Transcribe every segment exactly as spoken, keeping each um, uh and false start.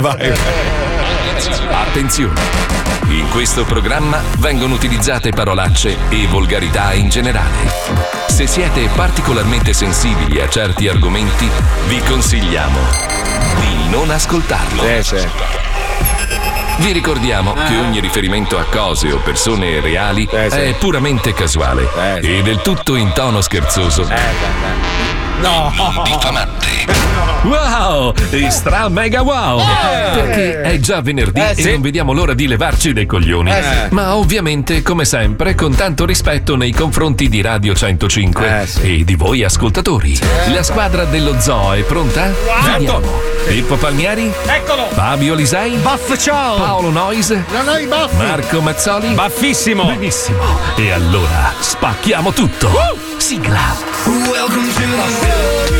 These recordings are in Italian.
Vai. Attenzione! In questo programma vengono utilizzate parolacce e volgarità in generale. Se siete particolarmente sensibili a certi argomenti, vi consigliamo di non ascoltarlo. Sì, sì. Vi ricordiamo ah. che ogni riferimento a cose o persone reali eh, sì. è puramente casuale eh, sì. e del tutto in tono scherzoso. Eh, no! Non diffamante. Wow! Stra mega wow! Eh, Perché è già venerdì eh, e sì. non vediamo l'ora di levarci dei coglioni. Eh, sì. Ma ovviamente, come sempre, con tanto rispetto nei confronti di Radio centocinque eh, sì. e di voi ascoltatori. Sì. La squadra dello zoo è pronta? Wow. Vediamo. Pippo Palmieri? Eccolo! Fabio Lisei? Baff ciao! Paolo Nois? Non ho i baffi! Marco Mazzoli? Baffissimo! Benissimo! E allora spacchiamo tutto! Uh! Sigla! Welcome to the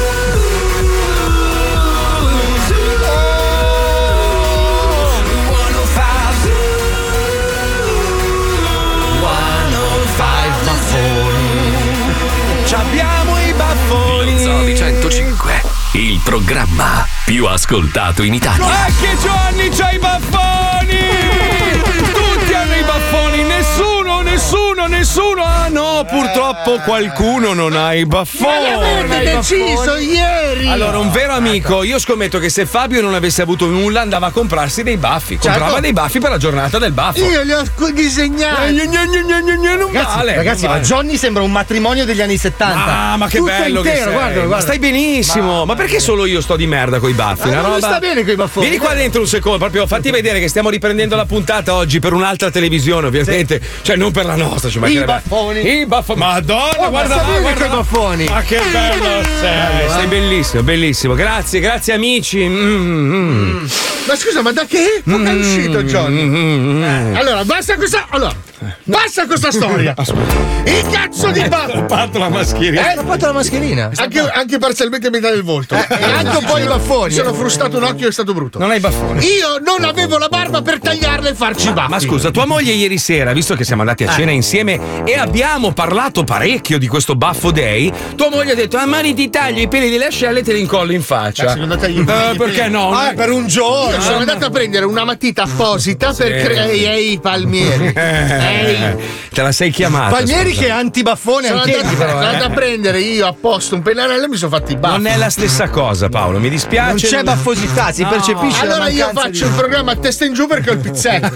Abbiamo i baffoni. Lo Zoo di centocinque, il programma più ascoltato in Italia. Anche Giovanni c'ha i baffoni. Tutti hanno i baffoni. Nessuno, nessuno, nessuno. Ah no, purtroppo qualcuno non ha i baffoni. Ma l'avete deciso ieri. Allora, un vero amico, io scommetto che se Fabio non avesse avuto nulla andava a comprarsi dei baffi. Comprava Certo. dei baffi per la giornata del baffo. Io li ho scu- disegnati. Eh, gne, gne, gne, gne, gne, non Ragazzi, vale, ragazzi non ma vale. Johnny sembra un matrimonio degli anni settanta. Ah, ma che Tutto bello intero, che sei. guarda, guarda. Ma stai benissimo. Ma, ma perché solo io sto di merda coi baffi? Ma Una non roba... sta bene coi baffoni. Vieni qua dentro un secondo, proprio fatti vedere che stiamo riprendendo la puntata oggi per un'altra televisione, ovviamente. Sì. Cioè, non per la nostra, cioè, I baffoni. I baffoni. Madonna, Oh, guarda ma sta là, bene guarda coi là. baffoni. Ma che bello sei. eh. Sei bellissimo, bellissimo. Grazie, grazie amici. Mm, mm. Ma scusa, ma da che epoca è uscito Johnny? Mm, mm, Eh, allora, basta questa. Allora, basta questa storia. Il cazzo di baffi. Ho fatto la mascherina. Eh? Ho fatto la mascherina. Anche, anche parzialmente metà del volto. Eh, e anche un po' i baffoni. Mi sono frustato un occhio, è stato brutto. Non hai baffoni. Io non avevo la barba per tagliarla e farci i baffi. Ma scusa, tua moglie ieri sera, visto che siamo andati a cena insieme e abbiamo parlato parecchio di questo baffo day, tua moglie ha detto: ah, Mari, ti taglio i peli delle ascelle e te li incollo in faccia. Ma secondo te gli Eh, perché no? Ah, per un giorno. Io sono andato a prendere una matita apposita per creare i palmieri. Ehi. Te la sei chiamata. Palmieri scusa. che è antibaffone Sono anche andato, però. sono eh. andato a prendere io apposta un pennarello e mi sono fatti i baffi. Non è la stessa cosa, Paolo, mi dispiace. Non c'è baffosità, si No. percepisce. la Allora io mancanza faccio di- il programma a testa in giù perché ho il pizzetto.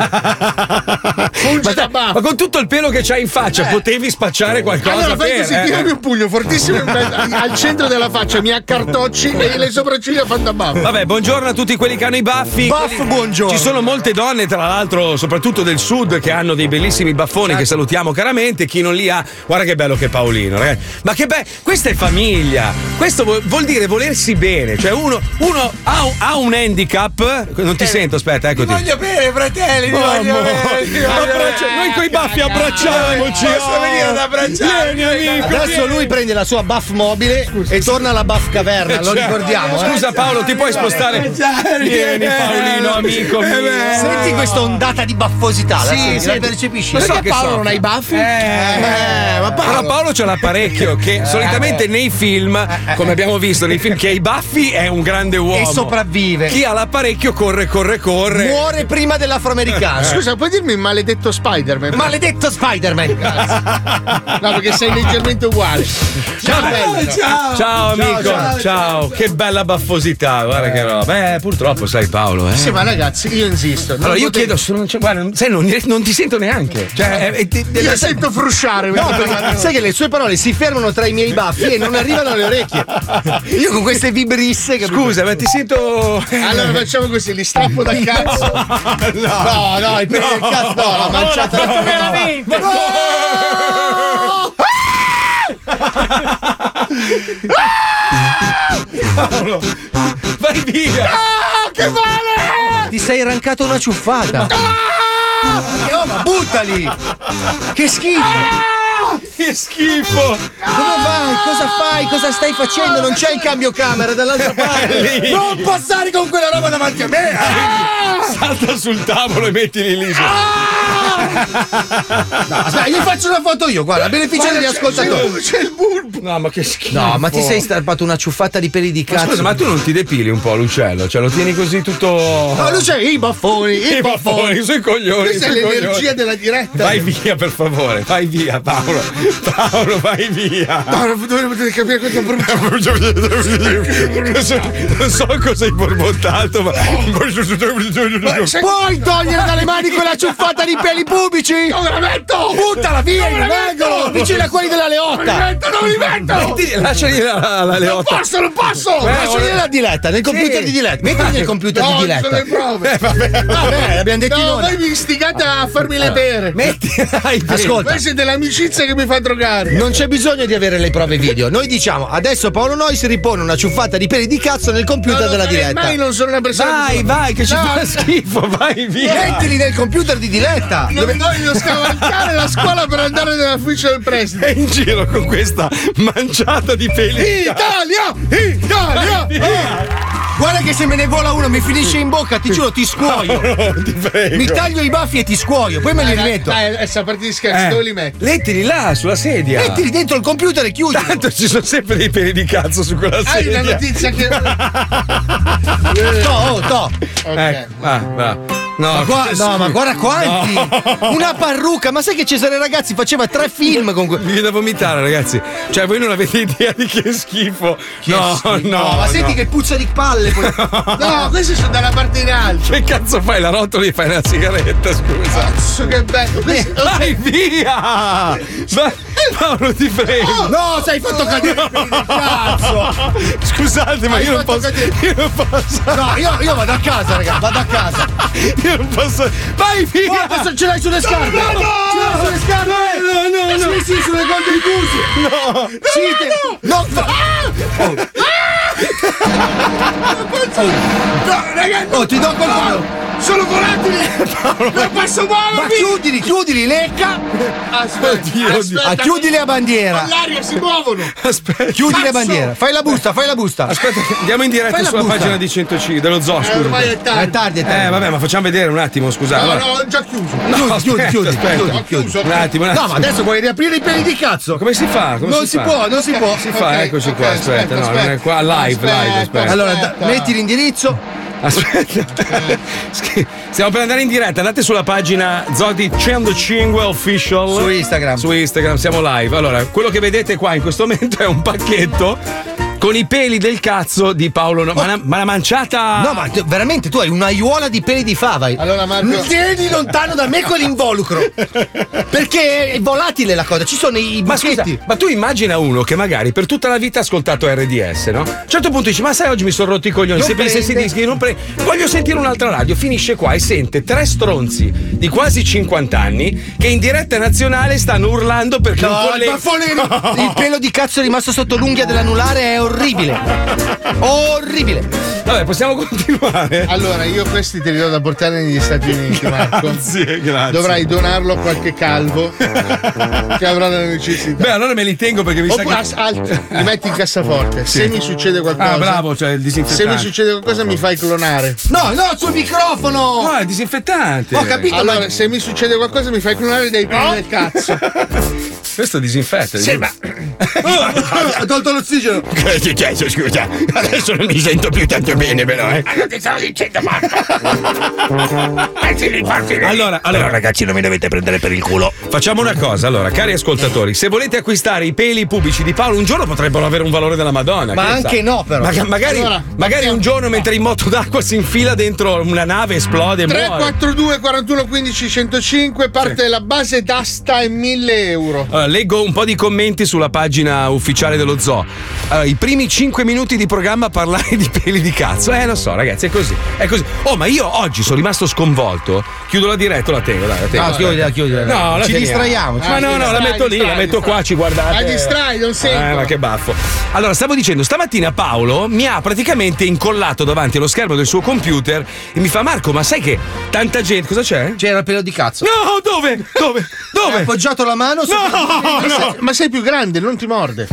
Funge Ma, da te- baffo. ma con tutto il pelo che c'hai in faccia, potevi spacciare qualcosa Allora fai per, così, eh. tirami un pugno fortissimo in mezzo- al centro della faccia, mi accartocci e le sopracciglia fanno da baffo. Vabbè, buongiorno a tutti quelli che hanno i baffi. Baff, Quelli- buongiorno. Ci sono molte donne, tra l'altro, soprattutto del sud, che hanno dei bellissimi baffoni che salutiamo caramente. Chi non li ha, guarda che bello che è Paolino, ragazzi. Ma che bello, questa è famiglia. Questo vuol, vuol dire volersi bene. Cioè, uno, uno ha, un, ha un handicap. Non ti sento, aspetta, eccoti. Voglio bene, fratelli, ti Oh, voglio amore. bene, ti voglio Abbraccia- bene. noi coi baffi abbracciamoci. Posso venire ad abbracciarmi? Vieni, amico. Adesso lui prende la sua buff mobile e torna alla buff caverna, lo Cioè, ricordiamo. eh. Scusa Paolo, ti puoi spostare? Vieni Paolino, amico mio. Senti questa ondata di baffosità, la, Sì, senti, la senti. percepisci? Lo so Perché che Paolo so. non ha i baffi? Eh, Eh, ma Paolo- Però Paolo ce l'ha parecchio, che solitamente nei film, come abbiamo visto nei film, che ha i baffi è un grande uomo. E sopravvive. Chi ha l'apparecchio corre, corre, corre. Muore prima dell'afroamericano. Scusa, puoi dirmi il maledetto Spider-Man? Maledetto Spider-Man. No, perché sei leggermente uguale. Ciao, bello. Ciao, ciao amico, ciao, ciao. Che bella baffosità, guarda che roba. Beh, purtroppo sai Paolo, eh. Sì, ma ragazzi, io insisto. non Allora io potete- chiedo, sono- cioè, guarda, sai, non, non ti sento neanche. Cioè, è- è- Io sento frusciare. No, mentre perché parlo. sai che le sue parole si fermano tra i miei baffi e non arrivano alle orecchie. Io con queste vibrisse che Scusa, ma ti sento. Allora facciamo così, li strappo dal cazzo. No, no, il pelo del cazzo no, la manciata. Paolo, vai via! Ah, che male! Ti sei arrancato una ciuffata. No, ma buttali! Che schifo! Che schifo! Dove vai? Cosa fai? Cosa stai facendo? Non c'è il cambio camera dall'altra parte. Lì. Non passare con quella roba davanti a me. Salta sul tavolo e mettili lì. su. No, aspetta, gli faccio una foto io, guarda, a beneficio degli ascoltatori. C'è il bulbo. No, ma che schifo. No, ma ti sei strappato una ciuffata di peli di Ma cazzo. scusa, ma tu non ti depili un po' l'uccello? Cioè lo tieni così tutto. No, lui c'è i baffoni, i, I baffoni, sui coglioni. Questa è sui l'energia coglioni. della diretta. Vai via, per favore, vai via, Paolo. Paolo, vai via. No, non potete capire questo problema. Non so cosa hai borbottato, ma. Puoi togliere dalle mani quella ciuffata di peli pubici? Non me la metto! Buttala via, non vengono! Vicino a quelli della Leotta! Non li metto, non li metto! Metti, lasciali la, la Leotta. Non posso, non posso! Beh, Lasciali nella Diletta, nel computer Sì. di Diletta. Mettili nel computer No, di ci Diletta. sono le prove. Eh, vabbè. Vabbè, l'abbiamo detto No, noi. voi mi istigate a farmi le pere. Metti. Dai, Ascolta. Voi siete l'amicizia che mi fa drogare. Non c'è bisogno di avere le prove video. Noi diciamo adesso Paolo Nois ripone una ciuffata di peli di cazzo nel computer No, no, della eh, Diletta. Mai non sono una persona. Vai, che vai, che ci No. fa schifo, vai via. Mettili nel computer di Diletta. Non voglio scavalcare la scuola per andare nell'ufficio del preside. È in giro con questa manciata di peli. Italia! Italia! Guarda che se me ne vola uno mi finisce in bocca, ti giuro, ti scuoio. Ti prego. Mi taglio i baffi e ti scuoio, poi me li rimetto. Dai, adesso a parte di scherzi, Eh, dove li metti? Mettili là sulla sedia. Mettili dentro il computer e chiudi. Tanto ci sono sempre dei peli di cazzo su quella Hai sedia. una notizia che. To, oh, to. Ok. Ecco, va, va. No, Ma gua- che no, ma schifo. guarda quanti! No. Una parrucca, ma sai che Cesare Ragazzi faceva tre film con que- Mi viene da vomitare, ragazzi. Cioè, voi non avete idea di che schifo. no, schifo. no. ma senti no. che puzza di palle poi. No, questi sono dalla parte in alto. Che cazzo fai? La rotoli e fai una sigaretta, scusa. Cazzo, che bello. Questi- Vai via! Vai, Paolo, ti prego. No, sei fatto cadere i peli del cazzo! Scusate, ma Hai io non fatto posso. cadere. Io non posso. No, io, io vado a casa, raga, vado a casa. Io non posso. Vai via! Guarda, se ce l'hai sulle scarpe! No, no, Ce l'hai sulle scarpe! No, no, no. Sì, sì, sulle golte di Gusi! No! Sì, te- non fa- No, ragazzi, Oh, ti do col palo! sono volatili! Non posso Ma muovermi! chiudili, chiudili, lecca! Aspetta, Oddio, oddio. Ah, chiudili a bandiera! Con l'aria si muovono! Aspetta. Chiudili a Cazzo! bandiera! Fai la busta, fai la busta! Aspetta, che andiamo in diretta Fai la sulla busta. pagina di centocinque dello zoo, Eh, scusa. ormai è È tardi. tardi, è tardi. Eh, vabbè, ma facciamo vedere un attimo, scusa. No, allora. no, ho già chiuso. No, chiudi, aspetta, chiudi, aspetta. chiudi, Ho chiuso. Un attimo, un attimo. No, ma adesso vuoi riaprire i peli di cazzo! Come si fa? Come Non si fa? può, non si può! Si fa, Ok, eccoci qua, ok, aspetta, no, aspetta, non è qua live, live, aspetta. aspetta. Allora, da- Aspetta. metti l'indirizzo. Aspetta. Schi- Stiamo per andare in diretta, andate sulla pagina Zodi centocinque Official Su Instagram. Su Instagram, siamo live. Allora, quello che vedete qua in questo momento è un pacchetto con i peli del cazzo di Paolo No- ma, la, ma la manciata. No, ma tu- veramente tu hai un'aiuola di peli di fava. Allora, Marco- tieni lontano da me quell'involucro. Perché è volatile la cosa, ci sono i Ma scusa, buchetti. ma tu immagina uno che magari per tutta la vita ha ascoltato R D S, no? A un certo punto dici, ma sai, oggi mi sono rotto i coglioni, Non se pensi questi prende. dischi, non pre- voglio sentire un'altra radio, finisce qua e sente tre stronzi di quasi cinquanta anni che in diretta nazionale stanno urlando perché un No, il collega. baffone, il pelo di cazzo è rimasto sotto l'unghia dell'anulare, è orribile. Orribile. Vabbè, possiamo continuare? Allora, io questi te li do da portare negli Stati Uniti, Marco. Grazie, grazie. Dovrai donarlo a qualche calvo che avrà la necessità. Beh, allora me li tengo perché mi sa Oppure che. as- alt- li metti in cassaforte. Se mi succede qualcosa, Ah, bravo, cioè il se disinfettante. mi succede qualcosa, mi fai clonare. No, no, sul microfono. No, è disinfettante. Ho capito, Allora, ma se mi succede qualcosa, mi fai clonare dei peli del cazzo. Questo disinfetta. Sì, ma ha tolto l'ossigeno. Che è successo, scusa? Adesso non mi sento più tanto bene, però, eh. ti stavo dicendo, Marco. Allora, allora, Ragazzi, non mi dovete prendere per il culo. facciamo una cosa, allora, cari ascoltatori, se volete acquistare i peli pubblici di Paolo un giorno potrebbero avere un valore della Madonna. Ma che anche sa? no, però. Maga- magari Allora, magari un giorno mentre in moto d'acqua si infila dentro una nave, esplode e tre muore. quattro due quarantuno quindici centocinque parte la base d'asta e mille euro. Allora, leggo un po' di commenti sulla pagina ufficiale dello zoo. Allora, i primi cinque minuti di programma parlare di peli di cazzo. Eh, lo so, ragazzi, è così. È così. Oh, ma io oggi sono rimasto sconvolto. Chiudo la diretta, la tengo, dai, la tengo. No, chiudila, chiudila. No, la Ci teniamo. distraiamo. ci- Ma no, no, la distrai, metto lì, la distrai, metto distrai. qua, ci guardate. Ma distrai, non sento. Eh, ma che baffo. Allora, stavo dicendo, stamattina Paolo mi ha praticamente incollato davanti allo schermo del suo computer e mi fa: Marco, ma sai che tanta gente. Cosa c'è? C'era il pelo di cazzo. No, dove? Dove? Hai Dove? appoggiato la mano sopra No, ma, sei, ma sei più grande, non ti morde.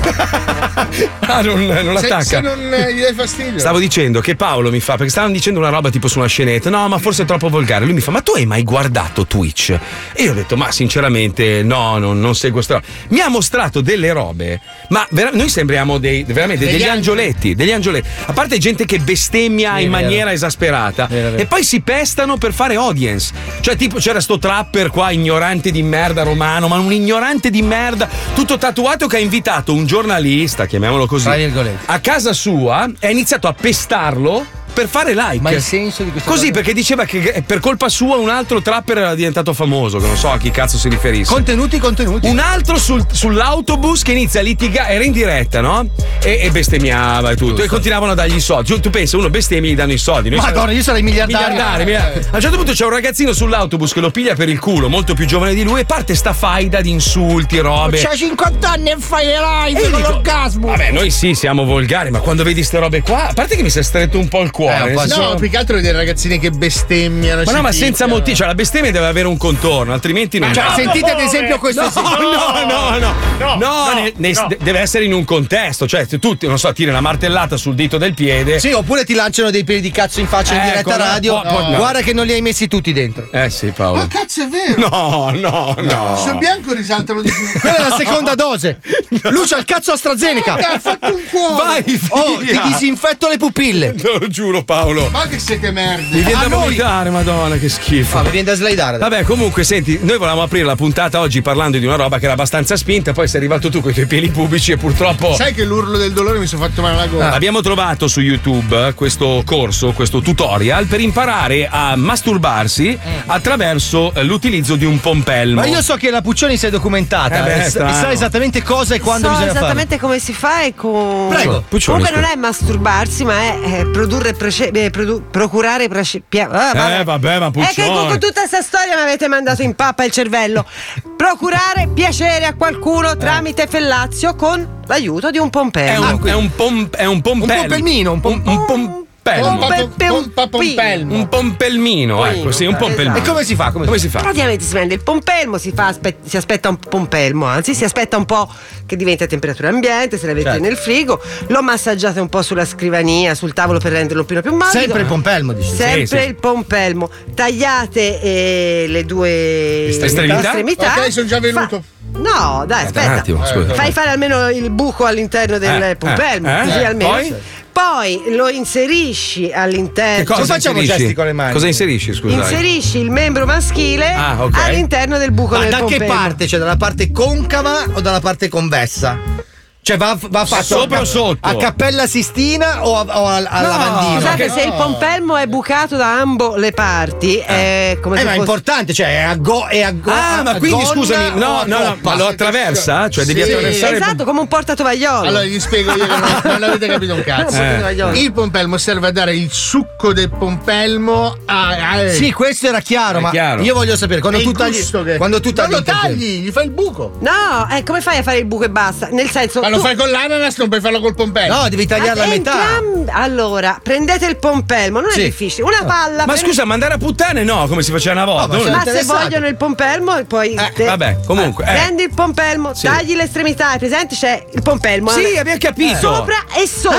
Ah, non, non attacca. Se, se non eh, gli dai fastidio. Stavo dicendo che Paolo mi fa, perché stavano dicendo una roba tipo su una scenetta, no, ma forse è troppo volgare. Lui mi fa, ma tu hai mai guardato Twitch? E io ho detto, ma sinceramente no, non, non seguo sta roba. Mi ha mostrato delle robe, ma vera- noi sembriamo dei, veramente degli, degli angioletti, degli angioletti. A parte gente che bestemmia Sì, in vero. maniera esasperata Vero, vero. e poi si pestano per fare audience. Cioè, tipo, c'era sto trapper qua, ignorante di merda romano, ma un ignorante di merda, tutto tatuato, che ha invitato un giornalista, chiamiamolo così, Tra virgolette. a casa sua e ha iniziato a pestarlo per fare like. Ma il senso di questa Così, cosa? perché diceva che per colpa sua un altro trapper era diventato famoso, che non so a chi cazzo si riferisse. Contenuti, contenuti. Un altro sul- sull'autobus che inizia a litigare, era in diretta, no? E, e bestemmiava e tutto. E continuavano a dargli i soldi. Tu, tu pensi, uno bestemmia e gli danno i soldi. Noi Madonna, io sarei miliardario. miliardari, miliardari. A un certo punto c'è un ragazzino sull'autobus che lo piglia per il culo, molto più giovane di lui, e parte sta faida di insulti, robe. C'hai cinquanta anni e fai le E live io con dico, l'orgasmo. Vabbè, noi sì, siamo volgari, ma quando vedi ste robe qua, a parte che mi si è stretto un po' il cuore. Eh, un nel po' senso- No, più che altro vedere ragazzini che bestemmiano. ma si no, ma senza picchiano. motivo, cioè la bestemmia deve avere un contorno, altrimenti non. Cioè, no, sentite ad esempio questo no, esempio. no, no, no, no, no, ne- ne- de- deve essere in un contesto, cioè se tu, non so, tiri una martellata sul dito del piede. Sì, oppure ti lanciano dei peli di cazzo in faccia in Ecco, diretta no, radio. po- po- no. Guarda che non li hai messi tutti dentro. Eh sì, Paolo. Ma cazzo è vero? No, no, no. Sul bianco risaltano di più. Quella è la seconda dose. Lui c'ha il cazzo AstraZeneca. Ha fatto un cuore. Vai, via. Oh, ti disinfetto le pupille. Te lo giuro, Paolo. Ma che siete merde. Mi viene A da noi- vomitare, madonna, che schifo. Ah, mi viene da slidare. Vabbè, comunque, senti, noi volevamo aprire la puntata oggi parlando di una roba che era abbastanza spinta, poi sei arrivato tu con i tuoi piedi pubblici e purtroppo. Sai che l'urlo del dolore mi sono fatto male alla gola. Abbiamo trovato su YouTube questo corso, questo tutorial per imparare a masturbarsi attraverso eh, l'utilizzo di un pompelmo. Ma io so che la Puccioni si è documentata Eh beh, e sa- strano. e sa esattamente cosa e quando so bisogna esattamente come si fa e con... Prego, Puccioni, Comunque non scusa. è masturbarsi, ma è eh, produrre proce- eh, produ- procurare proce- pia- ah, Eh, vabbè, ma È che con, Puccioni. con tutta questa storia mi avete mandato in pappa il cervello. Procurare piacere a qualcuno tramite fellazio con l'aiuto di un È pompelmo. un, è un, pom- è un pompelmo. Un pompelmino, un pom- un, un pompelmo. Pompa- pe- pompa- pompelmo. Un pompelmino, ecco, sì, un pompelmino. E come si fa? Come, Come si si fa? Praticamente si prende il pompelmo, si, fa aspe- si aspetta un pompelmo, anzi si aspetta un po' che diventi a temperatura ambiente, se l'avete Certo. nel frigo, lo massaggiate un po' sulla scrivania, sul tavolo per renderlo un po' più morbido. Sempre il pompelmo, dici? Sempre Sì, sì. il pompelmo. Tagliate eh, le due Estremità? estremità. Ok, sono già venuto. Fa- No, dai, Aspetta aspetta. un attimo, scusa. Fai fare almeno il buco all'interno del Eh, pompelmo, eh, così eh, almeno. poi? Poi lo inserisci all'interno. Che cosa Come facciamo inserisci? gesti con le mani? Cosa inserisci, scusa? Inserisci il membro maschile Ah, ok. all'interno del buco Ma del da che pompelmo. parte? Cioè dalla parte concava o dalla parte convessa? Cioè va, va fatto Sopra a, o sotto? a Cappella Sistina o, a, o al- al No, lavandino? Scusate, No. se il pompelmo è bucato da ambo le parti, è come Eh, se ma è fosse... importante, cioè è a go è a go Ah, ma a quindi gonna scusami, o no, a no, no, coppa? ma lo attraversa? Cioè devi Sì. attraversare il Esatto, come un portatovagliolo. Allora gli spiego io che non, non avete capito un cazzo. Eh. Il pompelmo serve a dare il succo del pompelmo a. a Sì, questo era chiaro, È ma chiaro. io voglio sapere quando è tu il tagli gusto che- quando tu non tagli lo il pompelmo. tagli, gli fai il buco. No, eh, come fai a fare il buco e basta? Nel senso, Ma lo tu- fai con l'ananas, non puoi farlo col pompelmo. No, devi tagliarla a Ah, metà. entram- Allora, prendete il pompelmo, non Sì. è difficile. Una palla. Ma prendete- scusa, mandare a puttane no, come si faceva una volta. ma Uno- c'è- Ma se interessato. vogliono il pompelmo, poi te- vabbè, comunque, eh. prendi il pompelmo, Sì. tagli le estremità, hai presente? C'è il pompelmo Sì, eh, abbiamo capito. sopra e sotto.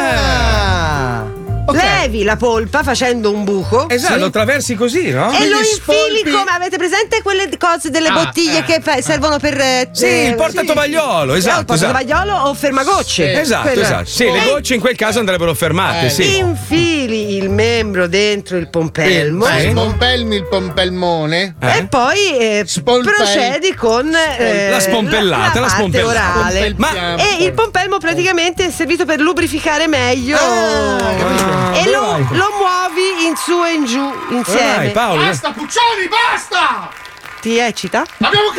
Ah. Ok. Levi la polpa facendo un buco. Esatto, Sì. lo attraversi così, no? E lo Quindi infili spolpi- come avete presente quelle cose delle Ah, bottiglie eh, che fa- servono per eh, Sì, eh, il portatovagliolo, sì. esatto. Eh, il portatovagliolo o fermagocce. Sì. Esatto, Quello- esatto. Sì, le E gocce in quel caso andrebbero fermate, Eh, sì. infili il membro dentro il pompelmo. Eh, Pompelmi il pompelmone. Eh? E poi eh, Spolpel- procedi con eh, La spompellata, la parte spompellata. orale. Ma- E il pompelmo praticamente è servito per lubrificare meglio. Ah, e lo, dai. lo muovi in su e in giù Dai, insieme. Paolo. Basta, Puccioni, basta! Ti eccita? Abbiamo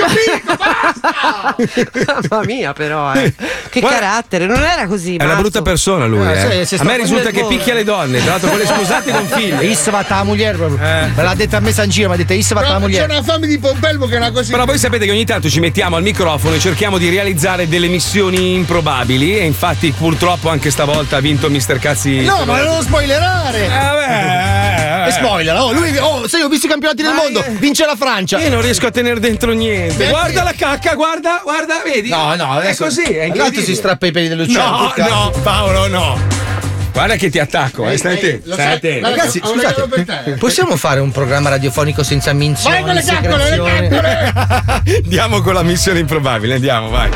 capito, basta! Mamma mia, però, eh. Che Guarda- carattere, non era così. È una mazzo. brutta persona lui, Eh, eh. sì, si A sta me risulta che nervoso. picchia le donne, tra l'altro quelle sposate con figli. Issa va la moglie proprio. Eh. Me l'ha detta a me San Giro, mi ha detto Issa va la Però c'è moglie. una fame di pompelmo che è una cosa. Però voi sapete che ogni tanto ci mettiamo al microfono e cerchiamo di realizzare delle missioni improbabili e infatti purtroppo anche stavolta ha vinto mister Cazzi. No, ma non lo spoilerare. Eh, vabbè, eh, E spoiler, oh, lui, oh, sai, ho visto i campionati del mondo, vince la Francia. Io non riesco a tenere dentro niente. Guarda la cacca, guarda, guarda, vedi? No, no, adesso, è così, è l'altro incredibile. si strappa i peli dell'uccello. No, no, Paolo, no. Guarda che ti attacco, eh, stai attento. Stai attento. Ragazzi, scusate, possiamo fare un programma radiofonico senza minzioni? Vai con le caccole, le caccole! Andiamo con la missione improbabile, andiamo, vai.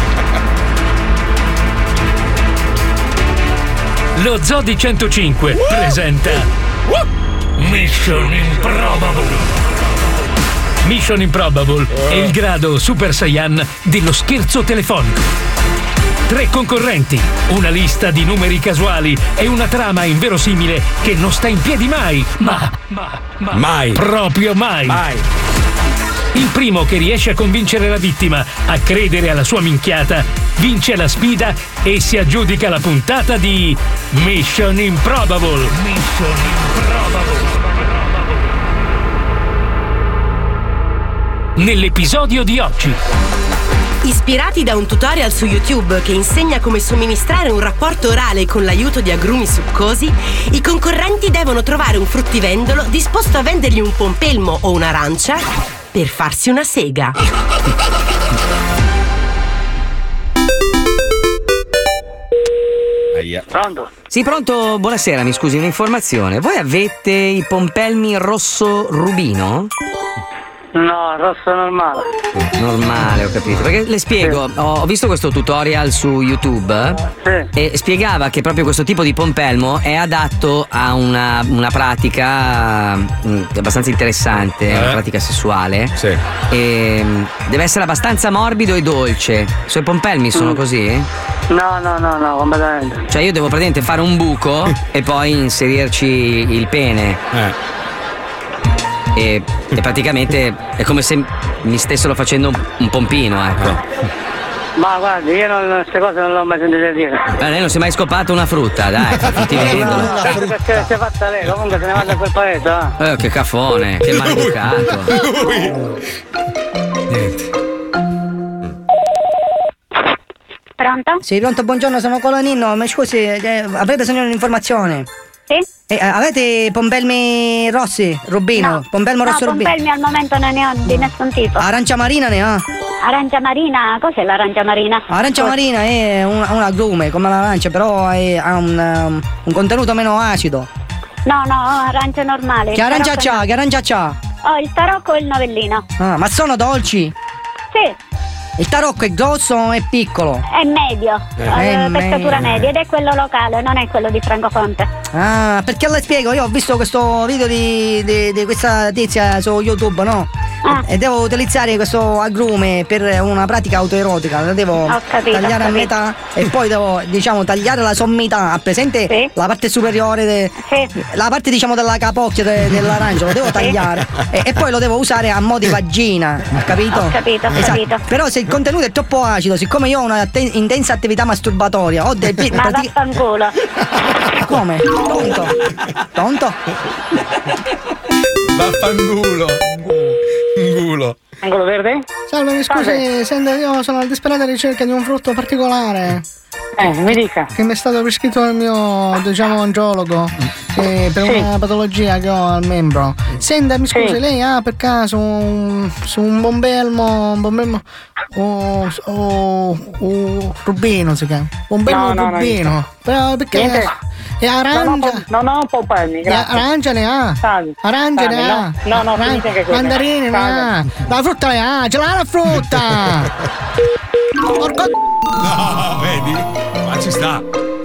Lo Zoo di centocinque uh, presenta uh, Mission Improbable. Mission Improbable uh. è il grado Super Saiyan dello scherzo telefonico. Tre concorrenti, una lista di numeri casuali e una trama inverosimile che non sta in piedi mai, ma, ma, ma mai, proprio mai. Mai. Il primo che riesce a convincere la vittima a credere alla sua minchiata vince la sfida e si aggiudica la puntata di Mission Improbable. Mission Improbable. Nell'episodio di oggi. Ispirati da un tutorial su YouTube che insegna come somministrare un rapporto orale con l'aiuto di agrumi succosi, i concorrenti devono trovare un fruttivendolo disposto a vendergli un pompelmo o un'arancia per farsi una sega. Pronto? Sì, pronto, buonasera, mi scusi, un'informazione. Voi avete i pompelmi rosso rubino? No, rosso normale. Normale, ho capito. Perché le spiego, sì. ho, ho visto questo tutorial su YouTube sì. e spiegava che proprio questo tipo di pompelmo è adatto a una, una pratica mh, abbastanza interessante, eh. una pratica sessuale. Sì. E mh, deve essere abbastanza morbido e dolce. I suoi pompelmi sono mm. così? No, no, no, no, completamente. Cioè io devo praticamente fare un buco e poi inserirci il pene. Eh. E, e praticamente è come se mi stessero facendo un, un pompino, ecco. Ma guardi, io non, queste cose non l'ho mai sentito dire. Ma lei non si è mai scopato una frutta, dai, fa fruttivendolo. No, no, perché si è fatta lei, comunque se ne vada a quel paese, eh. Eh, che cafone, che maleducato. Niente. Pronto? Sì, pronto, buongiorno, sono Colonino. Mi scusi, eh, avrei bisogno di un'informazione. Sì? Eh, avete pompelmi rossi, rubino? No. Pompelmo no, rosso rubino? pompelmi al momento non ne ho di nessun tipo. Arancia marina ne ha? Arancia marina? Cos'è l'arancia marina? Arancia Cos- marina è un, un agrume come l'arancia, però è, ha un, um, un contenuto meno acido. No, no, arancia normale. Che arancia c'ha? No. Che arancia c'ha? Oh, il tarocco e il novellino. Ah, ma sono dolci? Sì. Il tarocco è grosso o è piccolo? È medio, Eh. eh, È pescatura me- media ed è quello locale, non è quello di Francofonte. Ah, perché le spiego, io ho visto questo video di, di, di questa tizia su YouTube, no? Ah. E devo utilizzare questo agrume per una pratica autoerotica, la devo Ho capito, tagliare ho a metà e poi devo, diciamo, tagliare la sommità. Ha presente Sì. la parte superiore, de- Sì. la parte, diciamo, della capocchia de- dell'arancia, lo devo tagliare e, e poi lo devo usare a mo' di vagina, ha capito? Ho capito, ho Esatto. capito. Però se il contenuto è troppo acido, siccome io ho una te- intensa attività masturbatoria, ho dei pi- Ma pratica- vaffanculo. Come? Tonto? Tonto? Vaffanculo. Ngulo. Angolo verde? Salve, mi scusi, senta, io sono alla disperata ricerca di un frutto particolare. Eh, mi dica. Che mi è stato prescritto dal mio, diciamo, angiologo eh, per Sì. una patologia che ho al membro. Senta, mi scusi, Sì. lei ha per caso un, su un bombelmo, un bombelmo o, o, o rubino si chiama? Bombelmo No, no, no, rubino. Però perché Niente. è arancia. Non ho, non ho pompelmi, E grazie. arancia ne ha, Salve. arancia Salve, ne ha, no. No, no, Aran- finite che cosa. mandarine ne ha, la frutta ne ha, ce l'ha la frutta! Porco... No, vedi? Ma ci sta.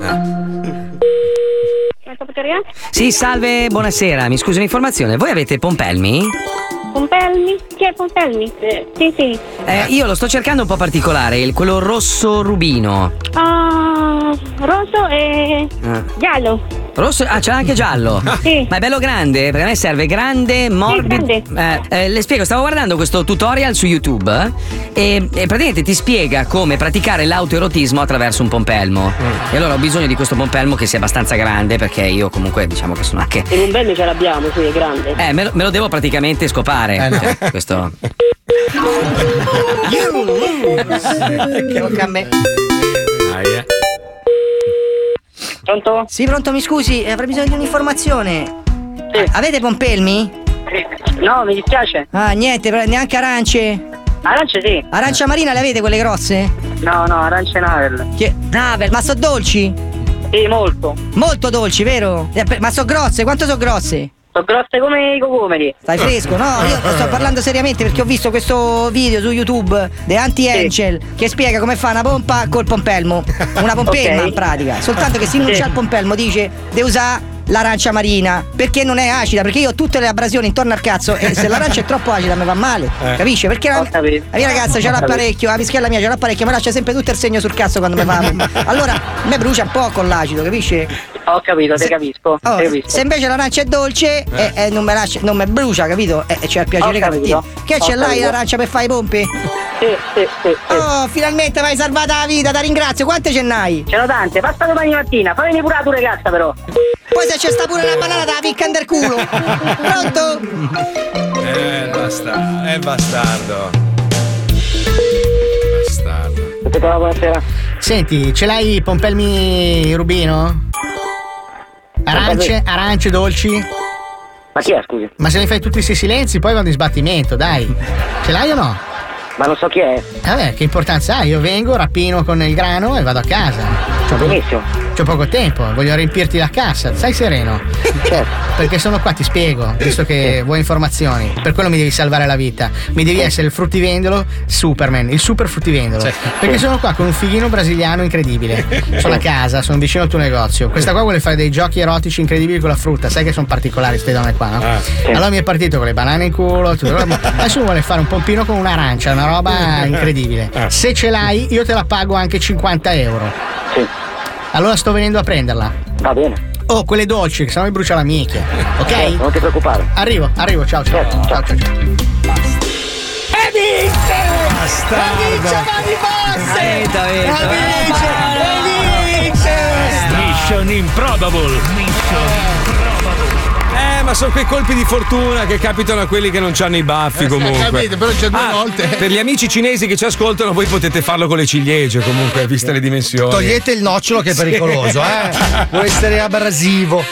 Sì, salve, buonasera, mi scusi un'informazione. Voi avete pompelmi? Pompelmi? Chi è Pompelmi? Sì, sì. Eh, io lo sto cercando un po' particolare, il- quello rosso rubino. Ah, rosso e Ah. giallo. Rosso? Ah, c'è anche giallo? Sì. Ma è bello grande? Perché a me serve grande, morbido. grande. Eh, eh, le spiego, stavo guardando questo tutorial su YouTube eh, e, e praticamente ti spiega come praticare l'autoerotismo attraverso un pompelmo. E allora ho bisogno di questo pompelmo che sia abbastanza grande, perché io comunque diciamo che sono anche. I pompelmi ce l'abbiamo, sì, è grande. Eh, me lo, me lo devo praticamente scopare. Eh, no. Cioè, questo. Che tocca a me. Aia. Pronto? Sì, pronto, mi scusi, avrei bisogno di un'informazione. Sì. Avete pompelmi? No, mi dispiace. Ah, niente, però neanche arance? Arance sì. Arancia marina le avete quelle grosse? No, no, arance Navel. Che? Navel, ma sono dolci? Sì, molto. Molto dolci, vero? Eh, Ma sono grosse, quanto sono grosse? Sono grosse come i cocomeri. Stai fresco? No, io sto parlando seriamente perché ho visto questo video su YouTube The Anti-Angel che spiega come fa una pompa col pompelmo. Una pompelma Ok. in pratica. Soltanto che se non Sì. c'ha il pompelmo dice devi usare l'arancia marina perché non è acida, perché io ho tutte le abrasioni intorno al cazzo e se l'arancia è troppo acida mi va male, Eh. capisci? Perché la, la mia ragazza c'ha l'apparecchio, la pischella mia c'ha l'apparecchio, mi lascia sempre tutto il segno sul cazzo quando mi fa. Allora me brucia un po' con l'acido, capisci? Ho capito, te Se- capisco. Oh, te capisco. se invece l'arancia è dolce e Eh. non me lascia, non mi brucia, capito? E, e c'è il piacere Ho capito, cattivo. Che ho ce l'hai capito. l'arancia per fare i pompi? Sì, sì, sì, sì. Oh, finalmente mi hai salvata la vita, ti ringrazio. Quante ce n'hai? Ce n'ho tante, basta domani mattina, fammi pure la tua ragazza però. Poi se c'è sta pure la banana da picca del culo. Pronto? Eh, bastardo. È bastardo. Bastardo. Buonasera. Senti, ce l'hai i pompelmi rubino? Arance, arance dolci? Ma chi è, scusi? Ma se ne fai tutti questi silenzi poi vanno in sbattimento, dai. Ce l'hai o no? Ma non so chi è. Vabbè, che importanza ha? Io vengo, rapino con il grano e vado a casa. Va benissimo. C'ho poco tempo, voglio riempirti la cassa, stai sereno. Certo. Perché sono qua, ti spiego, visto che vuoi informazioni. Per quello mi devi salvare la vita. Mi devi essere il fruttivendolo Superman, il super fruttivendolo. Perché sono qua con un fighino brasiliano incredibile. Sono a casa, sono vicino al tuo negozio. Questa qua vuole fare dei giochi erotici incredibili con la frutta. Sai che sono particolari queste donne qua, no? Allora mi è partito con le banane in culo, tutto. Adesso vuole fare un pompino con un'arancia, una roba incredibile. Se ce l'hai, io te la pago anche cinquanta euro. Sì. Allora sto venendo a prenderla. Va bene. Oh, quelle dolci, che sennò mi brucia la minchia. Ok? Eh, non ti preoccupare. Arrivo, arrivo, ciao, ciao. Certo, ciao, ciao, ciao. E vince! Bastardo. E vince Mani Bosse! Vita, E vita. vince! E vince! Mission Improbable. Mission Eh, ma sono quei colpi di fortuna che capitano a quelli che non hanno i baffi comunque. capito, però c'è due Ah, volte. Per gli amici cinesi che ci ascoltano, voi potete farlo con le ciliegie comunque, viste le dimensioni. Togliete il nocciolo che è pericoloso, eh. Può essere abrasivo.